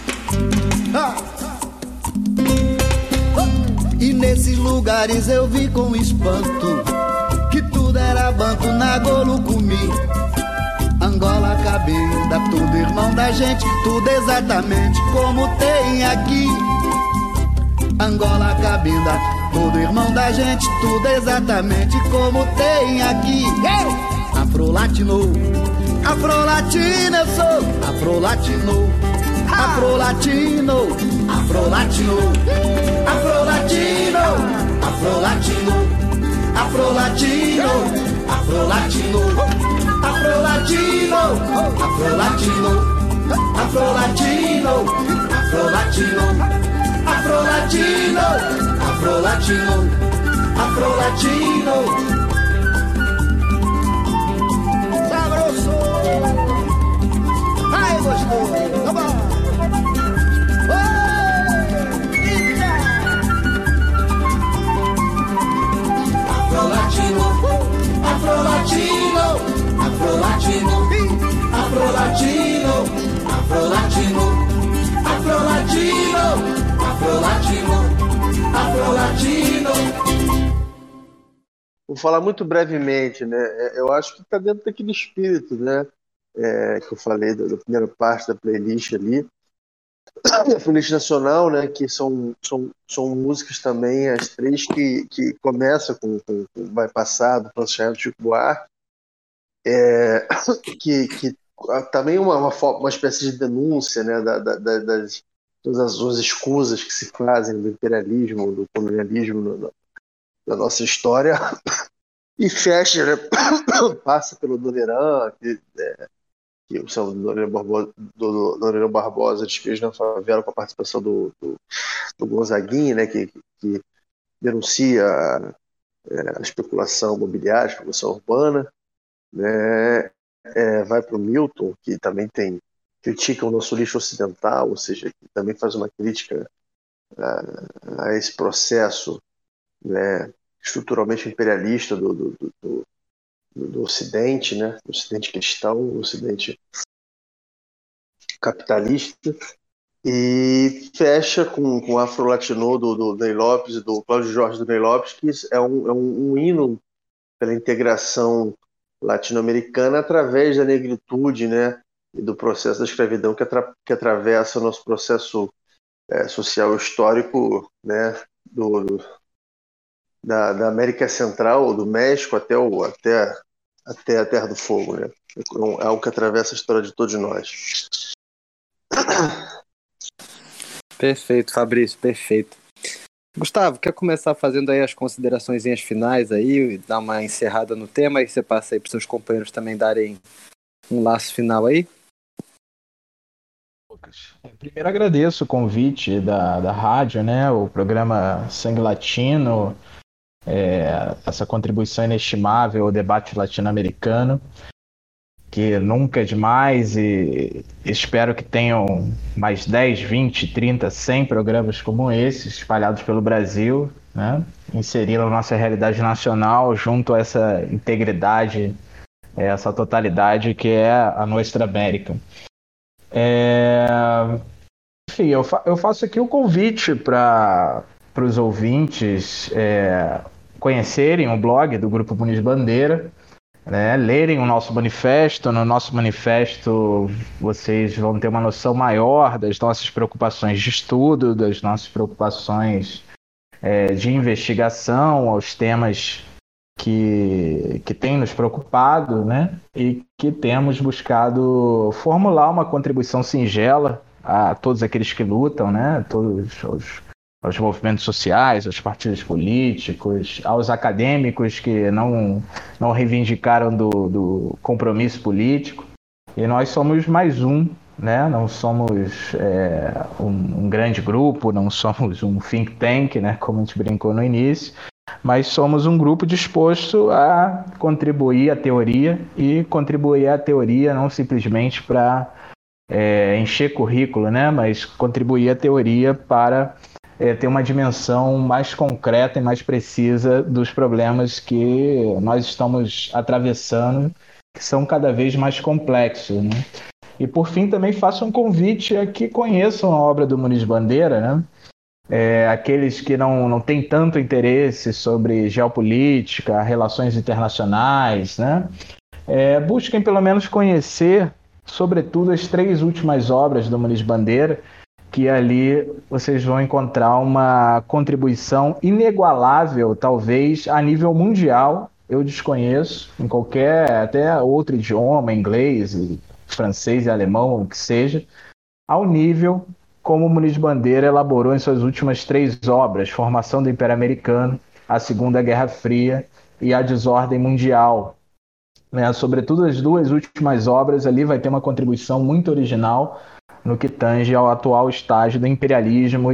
E nesses lugares eu vi com espanto que tudo era banco na Golocumi. Angola, Cabinda, tudo irmão da gente, tudo exatamente como tem aqui. Angola, Cabinda, tudo irmão da gente, tudo exatamente como tem aqui. Afrolatino, afrolatino eu sou, afrolatino, afrolatino, afrolatino, afrolatino, afrolatino. Afrolatino, afrolatino, afrolatino, afrolatino, afrolatino, afrolatino, afrolatino, afrolatino, afrolatino. Sabroso! Ai, gostoso! Vamos! Afrolatino, afrolatino, afrolatino, afrolatino, afrolatino, afrolatino, afrolatino, afrolatino. Vou falar muito brevemente, né? Eu acho que está dentro daquele espírito, né? Que eu falei da primeira parte da playlist ali. A playlist nacional, né? Que são músicas também, as três que começam com Vai Passar, do Francis Chavez, Chico Buarque, que também uma espécie de denúncia, né? Das todas as escusas que se fazem do imperialismo, do colonialismo na nossa história, e fecha, né? Passa pelo Doneran, que o Dorena Barbosa desfez na favela com a participação do Gonzaguinha, né, que denuncia a especulação imobiliária, a especulação urbana, né, vai para o Milton, que também critica o nosso lixo ocidental, ou seja, que também faz uma crítica a esse processo, né, estruturalmente imperialista do Ocidente, né? Do Ocidente cristão, do Ocidente capitalista, e fecha com o Afrolatino do Ney Lopes e do Cláudio Jorge do Ney Lopes, que é um hino pela integração latino-americana através da negritude, né? E do processo da escravidão que atravessa o nosso processo social histórico, né? Da América Central, do México até a Terra do Fogo, né? É algo que atravessa a história de todos nós. Perfeito, Fabrício, perfeito. Gustavo, quer começar fazendo aí as considerações finais aí, dar uma encerrada no tema, e você passa aí para os seus companheiros também darem um laço final aí? Primeiro agradeço o convite da rádio, né? O programa Sangue Latino, essa contribuição inestimável ao debate latino-americano. que nunca é demais, e espero que tenham mais 10, 20, 30, 100 programas como esse, espalhados pelo Brasil, né? Inserindo a nossa realidade nacional junto a essa integridade, essa totalidade que é a Nuestra América. Enfim, eu faço aqui o convite para os ouvintes conhecerem o blog do Grupo Muniz Bandeira, né, lerem o nosso manifesto. No nosso manifesto vocês vão ter uma noção maior das nossas preocupações de estudo, das nossas preocupações de investigação, aos temas que têm nos preocupado, né, e que temos buscado formular uma contribuição singela a todos aqueles que lutam, né, todos aos movimentos sociais, aos partidos políticos, aos acadêmicos que não reivindicaram do compromisso político. E nós somos mais um, né? Não somos um grande grupo, não somos um think tank, né? Como a gente brincou no início, mas somos um grupo disposto a contribuir à teoria, e contribuir à teoria não simplesmente para encher currículo, né? Mas contribuir à teoria para ter uma dimensão mais concreta e mais precisa dos problemas que nós estamos atravessando, que são cada vez mais complexos, né? E por fim também faço um convite a que conheçam a obra do Muniz Bandeira, né? Aqueles que não têm tanto interesse sobre geopolítica, relações internacionais, né? Busquem pelo menos conhecer, sobretudo, as 3 últimas obras do Muniz Bandeira, que ali vocês vão encontrar uma contribuição inigualável, talvez a nível mundial. Eu desconheço em qualquer, até outro idioma, inglês, francês e alemão, o que seja, ao nível como o Muniz Bandeira elaborou em suas últimas 3 obras: Formação do Império Americano, a Segunda Guerra Fria e a Desordem Mundial. Sobretudo as 2 últimas obras ali vai ter uma contribuição muito original no que tange ao atual estágio do imperialismo e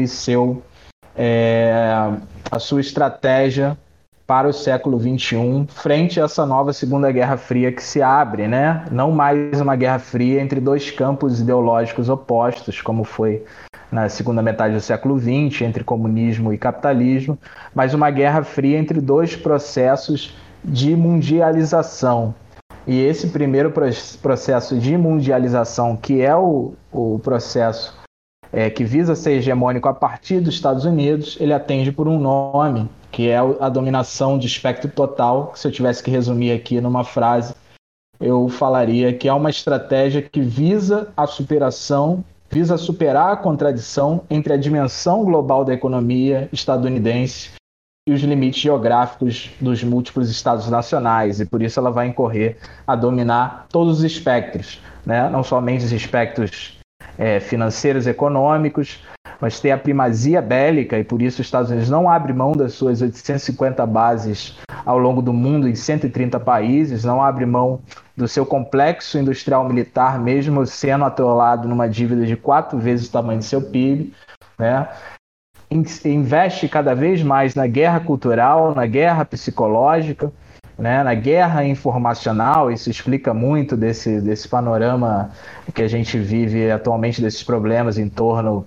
a sua estratégia para o século XXI, frente a essa nova Segunda Guerra Fria que se abre, né? Não mais uma guerra fria entre 2 campos ideológicos opostos, como foi na segunda metade do século XX, entre comunismo e capitalismo, mas uma guerra fria entre 2 processos de mundialização. E esse primeiro processo de mundialização, que é o processo que visa ser hegemônico a partir dos Estados Unidos, ele atende por um nome, que é a dominação de espectro total. Se eu tivesse que resumir aqui numa frase, eu falaria que é uma estratégia que visa superar a contradição entre a dimensão global da economia estadunidense e os limites geográficos dos múltiplos estados nacionais, e por isso ela vai incorrer a dominar todos os espectros, né? Não somente os espectros financeiros, econômicos, mas ter a primazia bélica, e por isso os Estados Unidos não abre mão das suas 850 bases ao longo do mundo em 130 países, não abre mão do seu complexo industrial militar, mesmo sendo atolado numa dívida de 4 vezes o tamanho do seu PIB, né? Investe cada vez mais na guerra cultural, na guerra psicológica, né, na guerra informacional. Isso explica muito desse panorama que a gente vive atualmente, desses problemas em torno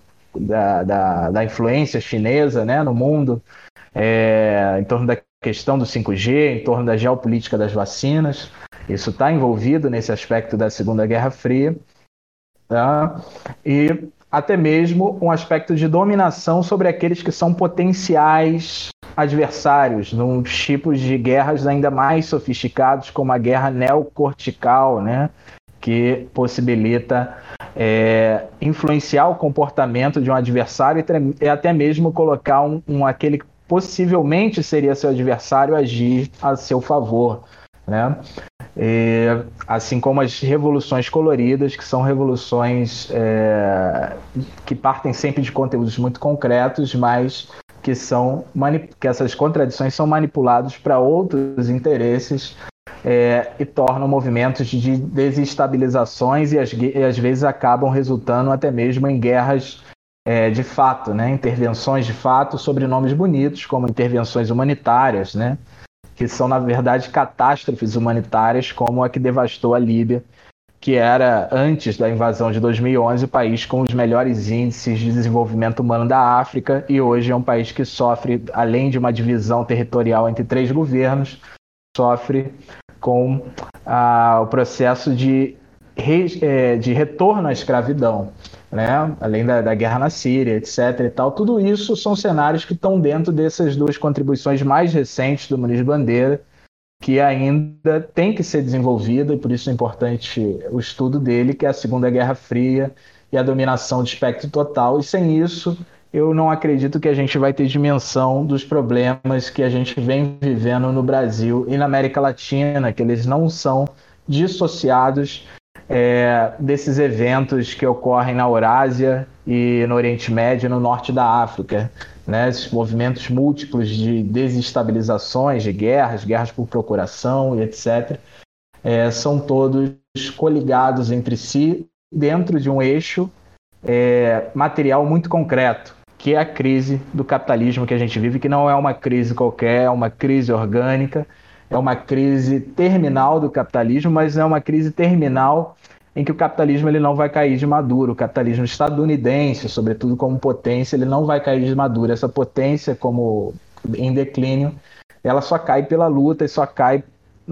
da influência chinesa, né, no mundo, em torno da questão do 5G, em torno da geopolítica das vacinas. Isso está envolvido nesse aspecto da Segunda Guerra Fria, tá? E até mesmo um aspecto de dominação sobre aqueles que são potenciais adversários, num tipos de guerras ainda mais sofisticados, como a guerra neocortical, né, que possibilita influenciar o comportamento de um adversário e até mesmo colocar aquele que possivelmente seria seu adversário agir a seu favor, né? Assim como as revoluções coloridas, que são revoluções que partem sempre de conteúdos muito concretos, mas que essas contradições são manipuladas para outros interesses e tornam movimentos de desestabilizações e às vezes acabam resultando até mesmo em guerras de fato, né? Intervenções de fato sob nomes bonitos, como intervenções humanitárias, né? Que são, na verdade, catástrofes humanitárias, como a que devastou a Líbia que era, antes da invasão de 2011, o país com os melhores índices de desenvolvimento humano da África, e hoje é um país que sofre, além de uma divisão territorial entre 3 governos, sofre com o processo de retorno à escravidão, né? Além da guerra na Síria, etc. e tal. Tudo isso são cenários que estão dentro dessas 2 contribuições mais recentes do Muniz Bandeira, que ainda tem que ser desenvolvida, e por isso é importante o estudo dele, que é a Segunda Guerra Fria e a dominação de espectro total. E sem isso, eu não acredito que a gente vai ter dimensão dos problemas que a gente vem vivendo no Brasil e na América Latina, que eles não são dissociados desses eventos que ocorrem na Eurásia e no Oriente Médio e no norte da África, né? Esses movimentos múltiplos de desestabilizações, de guerras por procuração e etc., são todos coligados entre si dentro de um eixo material muito concreto, que é a crise do capitalismo que a gente vive, que não é uma crise qualquer, é uma crise orgânica, é uma crise terminal do capitalismo, mas é uma crise terminal em que o capitalismo ele não vai cair de maduro. O capitalismo estadunidense, sobretudo como potência, ele não vai cair de maduro. Essa potência, como em declínio, ela só cai pela luta e só cai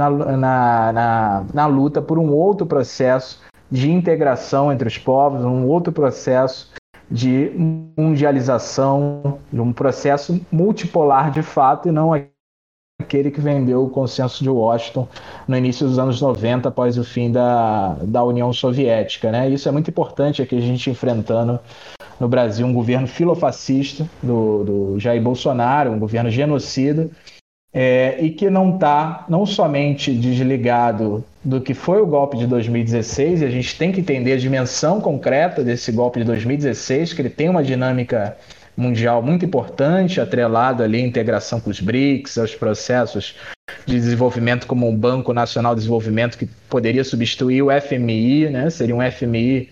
na luta por um outro processo de integração entre os povos, um outro processo de mundialização, de um processo multipolar de fato, e não aquele que vendeu o consenso de Washington no início dos anos 90, após o fim da União Soviética, né? Isso é muito importante, aqui a gente enfrentando no Brasil um governo filofascista do Jair Bolsonaro, um governo genocida, e que não está não somente desligado do que foi o golpe de 2016, e a gente tem que entender a dimensão concreta desse golpe de 2016, que ele tem uma dinâmica mundial muito importante, atrelado ali à integração com os BRICS, aos processos de desenvolvimento como um Banco Nacional de Desenvolvimento que poderia substituir o FMI, né? Seria um FMI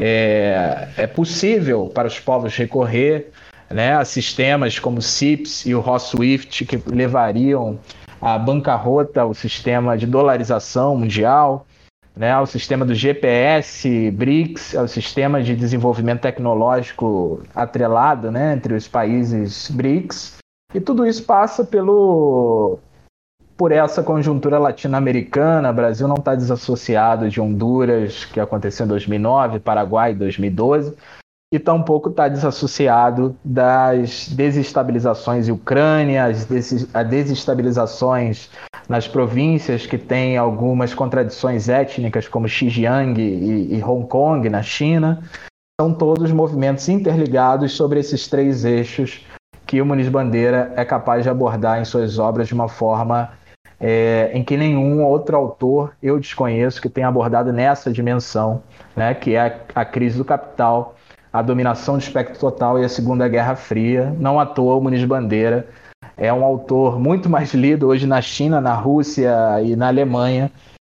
possível para os povos recorrer, né, a sistemas como o CIPS e o ROSWIFT, que levariam à bancarrota o sistema de dolarização mundial, né, ao sistema do GPS, BRICS, ao sistema de desenvolvimento tecnológico atrelado, né, entre os países BRICS. E tudo isso passa por essa conjuntura latino-americana. O Brasil não está desassociado de Honduras, que aconteceu em 2009, Paraguai em 2012, e tampouco está desassociado das desestabilizações em Ucrânia, as desestabilizações nas províncias que têm algumas contradições étnicas, como Xinjiang e Hong Kong, na China. São todos movimentos interligados sobre esses 3 eixos que o Muniz Bandeira é capaz de abordar em suas obras de uma forma em que nenhum outro autor eu desconheço que tenha abordado nessa dimensão, né, que é a crise do capital, a dominação do espectro total e a Segunda Guerra Fria. Não à toa, o Muniz Bandeira é um autor muito mais lido hoje na China, na Rússia e na Alemanha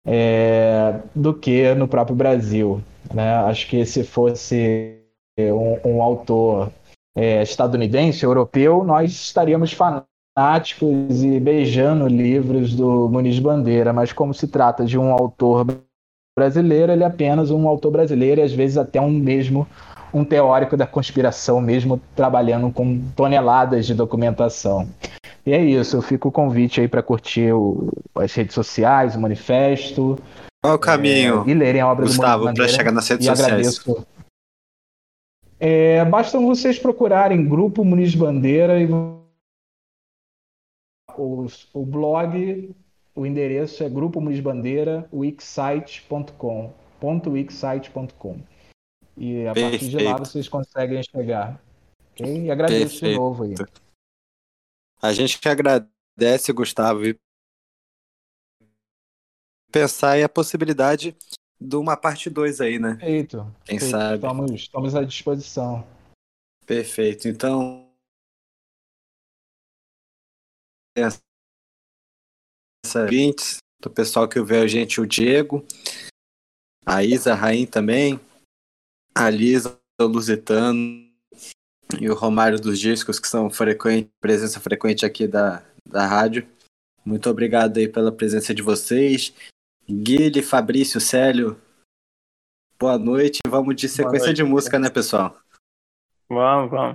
do que no próprio Brasil, né? Acho que se fosse um autor estadunidense, europeu, nós estaríamos fanáticos e beijando livros do Muniz Bandeira, mas como se trata de um autor brasileiro, ele é apenas um autor brasileiro e às vezes até um teórico da conspiração mesmo, trabalhando com toneladas de documentação. E é isso, eu fico o convite aí para curtir as redes sociais, o manifesto. Qual é o caminho, e lerem a obra Gustavo, do Muniz Bandeira, para chegar nas redes sociais? Basta vocês procurarem Grupo Muniz Bandeira e o blog, o endereço é Grupo Muniz Bandeira, wixsite.com. E a partir de lá vocês conseguem chegar. Okay? E agradeço de novo aí. A gente que agradece, Gustavo, e pensar em a possibilidade de uma parte 2 aí, né? Perfeito. Quem sabe? Estamos à disposição. Perfeito. Então, ouvintes, do pessoal que ouviu a gente, o Diego, a Isa, a Raim também, a Lisa, o Lusitano e o Romário dos Discos, que são presença frequente aqui da rádio. Muito obrigado aí pela presença de vocês. Guilherme, Fabrício, Célio, Boa noite. Vamos de sequência de música, né, pessoal? Vamos.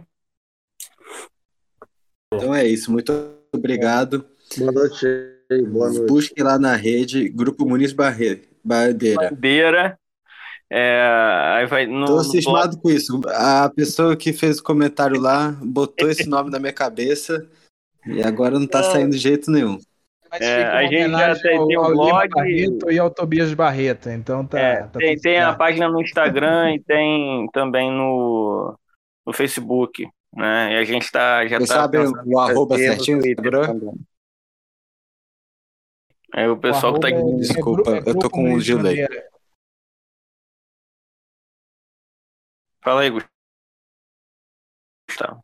Então é isso. Muito obrigado. Boa noite. Boa noite. Busquem lá na rede Grupo Muniz Bandeira. Aí vai Tô cismado com isso. A pessoa que fez o comentário lá botou esse nome na minha cabeça e agora não tá saindo de jeito nenhum. A gente já tem um blog Barreto e ao Tobias Barreto, então tá. Tem a página no Instagram e tem também no Facebook, né? E a gente já tá sabe o arroba certinho do Instagram? O pessoal que tá aqui. Desculpa, eu tô com um delay. Fala aí, Gustavo.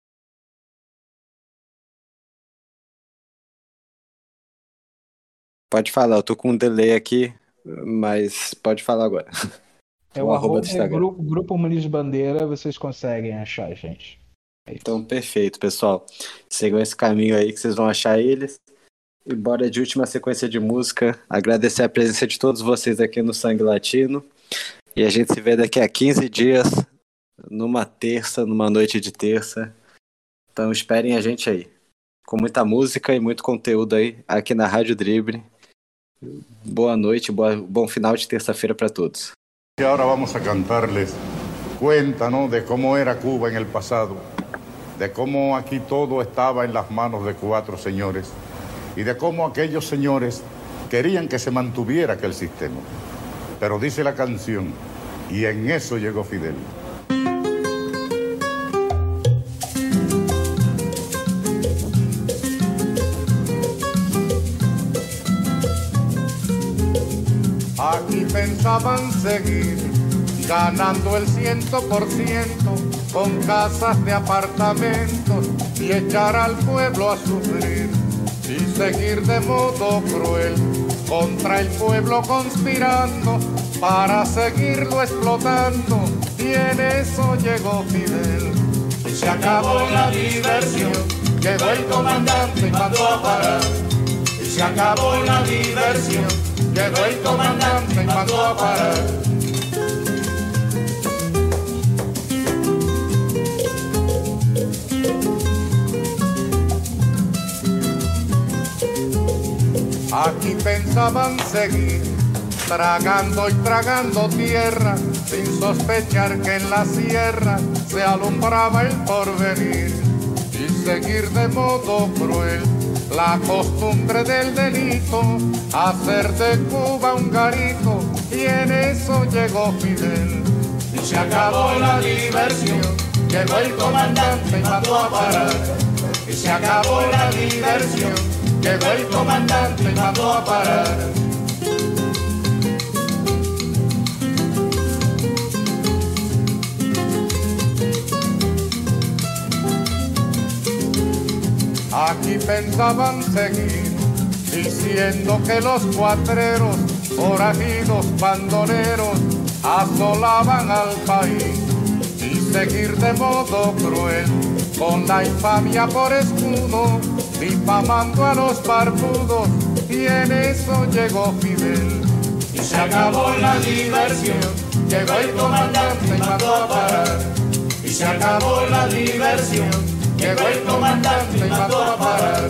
Pode falar, eu tô com um delay aqui, mas pode falar agora. O arroba do Instagram. Grupo Muniz Bandeira, vocês conseguem achar, gente. Então, perfeito, pessoal. Sigam esse caminho aí que vocês vão achar eles. E bora de última sequência de música. Agradecer a presença de todos vocês aqui no Sangue Latino. E a gente se vê daqui a 15 dias, numa noite de terça. Então esperem a gente aí. Com muita música e muito conteúdo aí aqui na Rádio Drible. Boa noite, bom final de terça-feira para todos. Y ahora vamos a cantarles cuenta, ¿no?, de cómo era Cuba en el pasado, de cómo aquí todo estaba en las manos de 4 señores y de cómo aquellos señores querían que se mantuviera aquel sistema. Pero dice la canción, y en eso llegó Fidel. Aquí pensaban seguir ganando el 100% con casas de apartamentos y echar al pueblo a sufrir y seguir de modo cruel contra el pueblo conspirando para seguirlo explotando, y en eso llegó Fidel. Y se acabó la diversión, llegó el comandante y mandó a parar. Y se acabó la diversión, llegó el comandante y mandó a parar. Aquí pensaban seguir tragando y tragando tierra, sin sospechar que en la sierra se alumbraba el porvenir, y seguir de modo cruel la costumbre del delito, hacer de Cuba un garito, y en eso llegó Fidel. Y se acabó la diversión, llegó el comandante y mandó a parar. Y se acabó la diversión, llegó el comandante y mandó a parar. Aquí pensaban seguir diciendo que los cuatreros, forajidos, bandoleros, asolaban al país, y seguir de modo cruel con la infamia por escudo, difamando a los barbudos, y en eso llegó Fidel. Y se acabó la diversión, llegó el comandante y mandó a parar. Y se acabó la diversión, llegó el comandante y mandó a parar.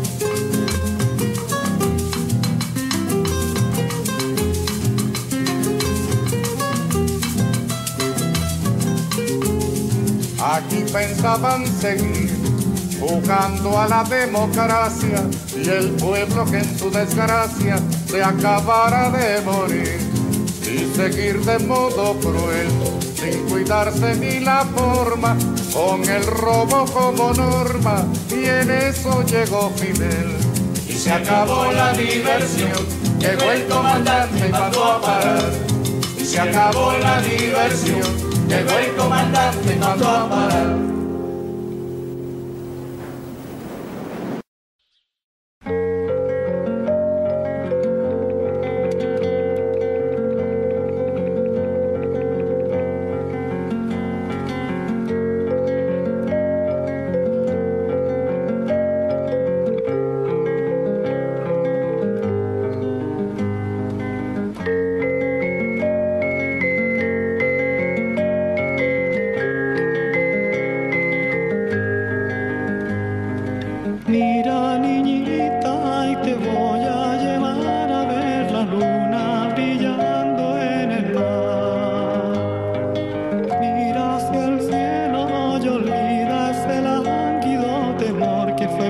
Aquí pensaban seguir jugando a la democracia, y el pueblo que en su desgracia se acabara de morir, y seguir de modo cruel, sin cuidarse ni la forma, con el robo como norma, y en eso llegó Fidel. Y se acabó la diversión, llegó el comandante y mandó a parar. Y se acabó la diversión, llegó el comandante y mandó a parar.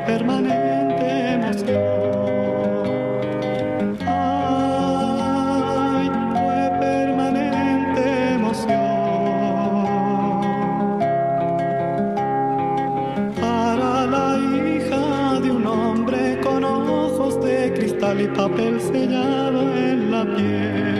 permanente emoción. Ay, fue permanente emoción. Para la hija de un hombre con ojos de cristal y papel sellado en la piel.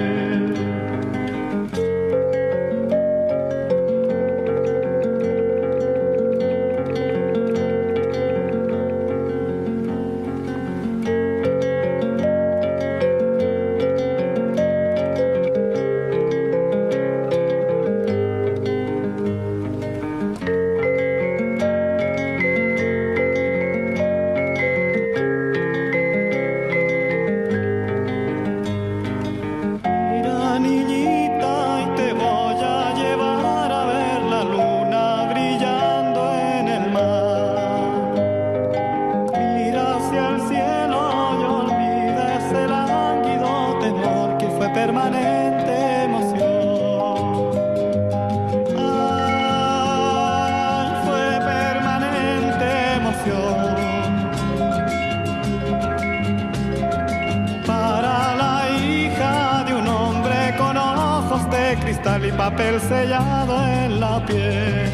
Cristal y papel sellado en la piel.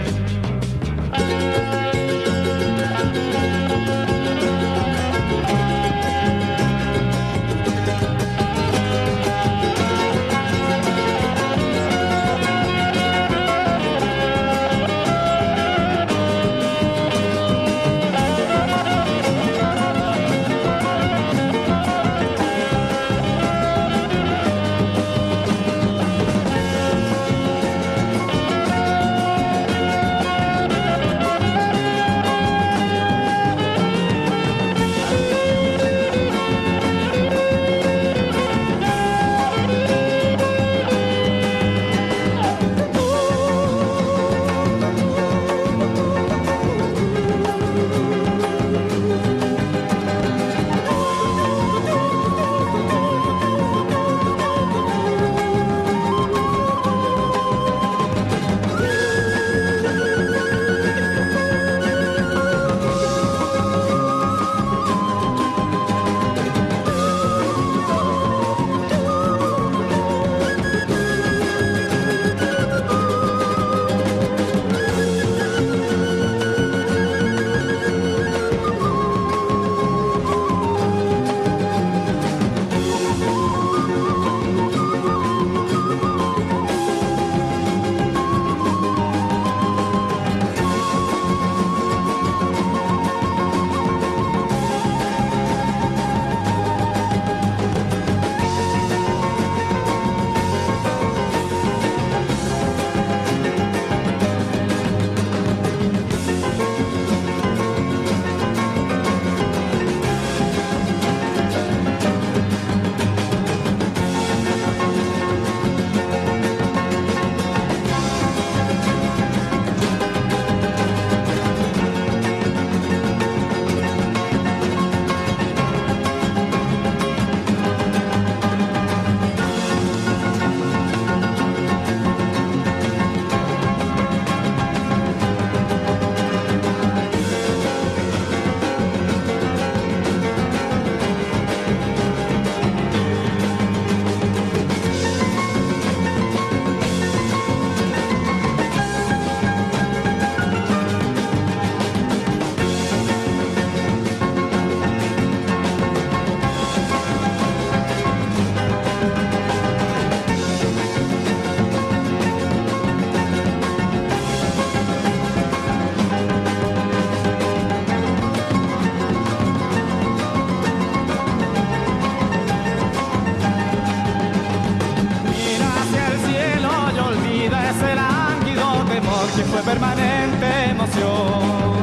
Permanente emoción.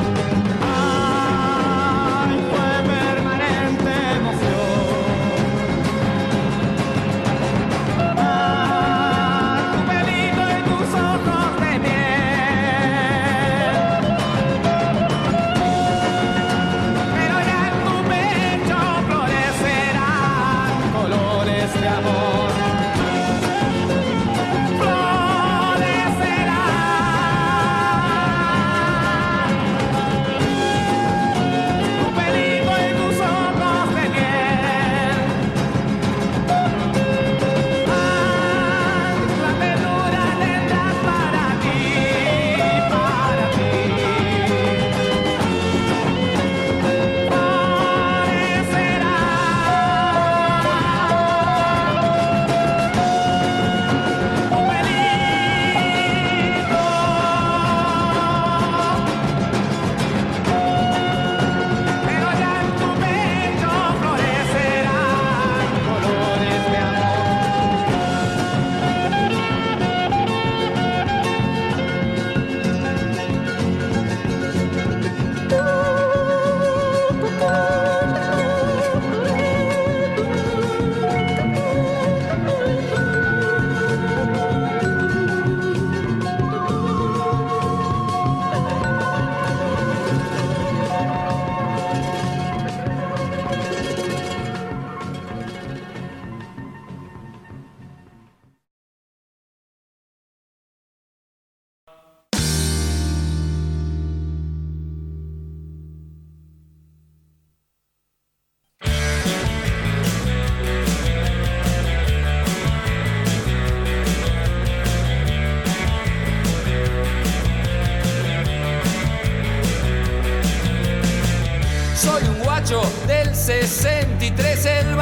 Ay, fue permanente emoción. Ah, tu pelito y tus ojos de miel. Pero ya en tu pecho florecerán colores de amor. Florecerán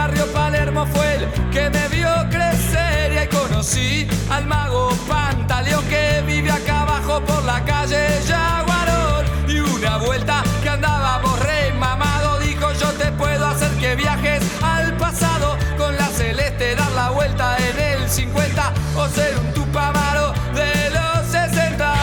barrio Palermo fue el que me vio crecer y ahí conocí al mago Pantaleón que vive acá abajo por la calle Yaguarón. Y una vuelta que andábamos re mamado dijo: yo te puedo hacer que viajes al pasado, con la celeste dar la vuelta en el 50 o ser un Tupamaro de los 60.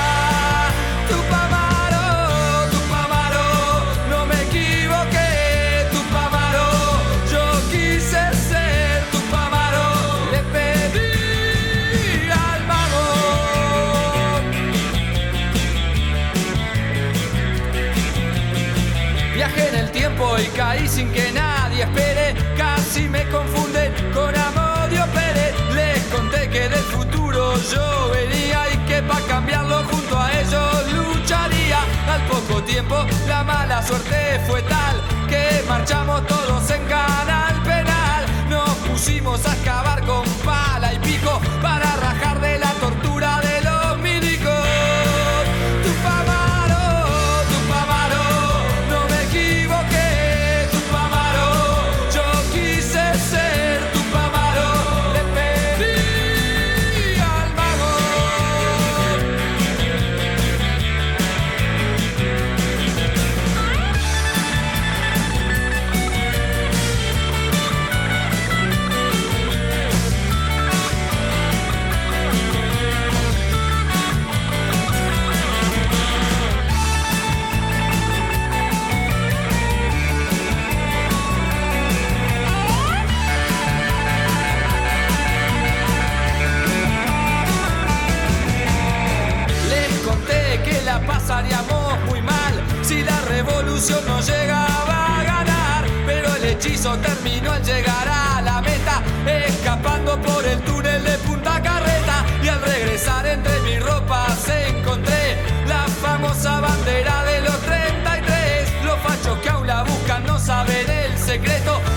Y caí sin que nadie espere, casi me confunden con Amodio Pérez. Les conté que del futuro yo venía y que pa' cambiarlo junto a ellos lucharía. Al poco tiempo la mala suerte fue tal que marchamos todos en canal penal. Nos pusimos a excavar con pala y pico para rajar de la tortura de los milicos. Pasaríamos muy mal si la revolución no llegaba a ganar, pero el hechizo terminó al llegar a la meta, escapando por el túnel de Punta Carreta. Y al regresar entre mis ropas encontré la famosa bandera de los 33. Los fachos que aún la buscan no saben el secreto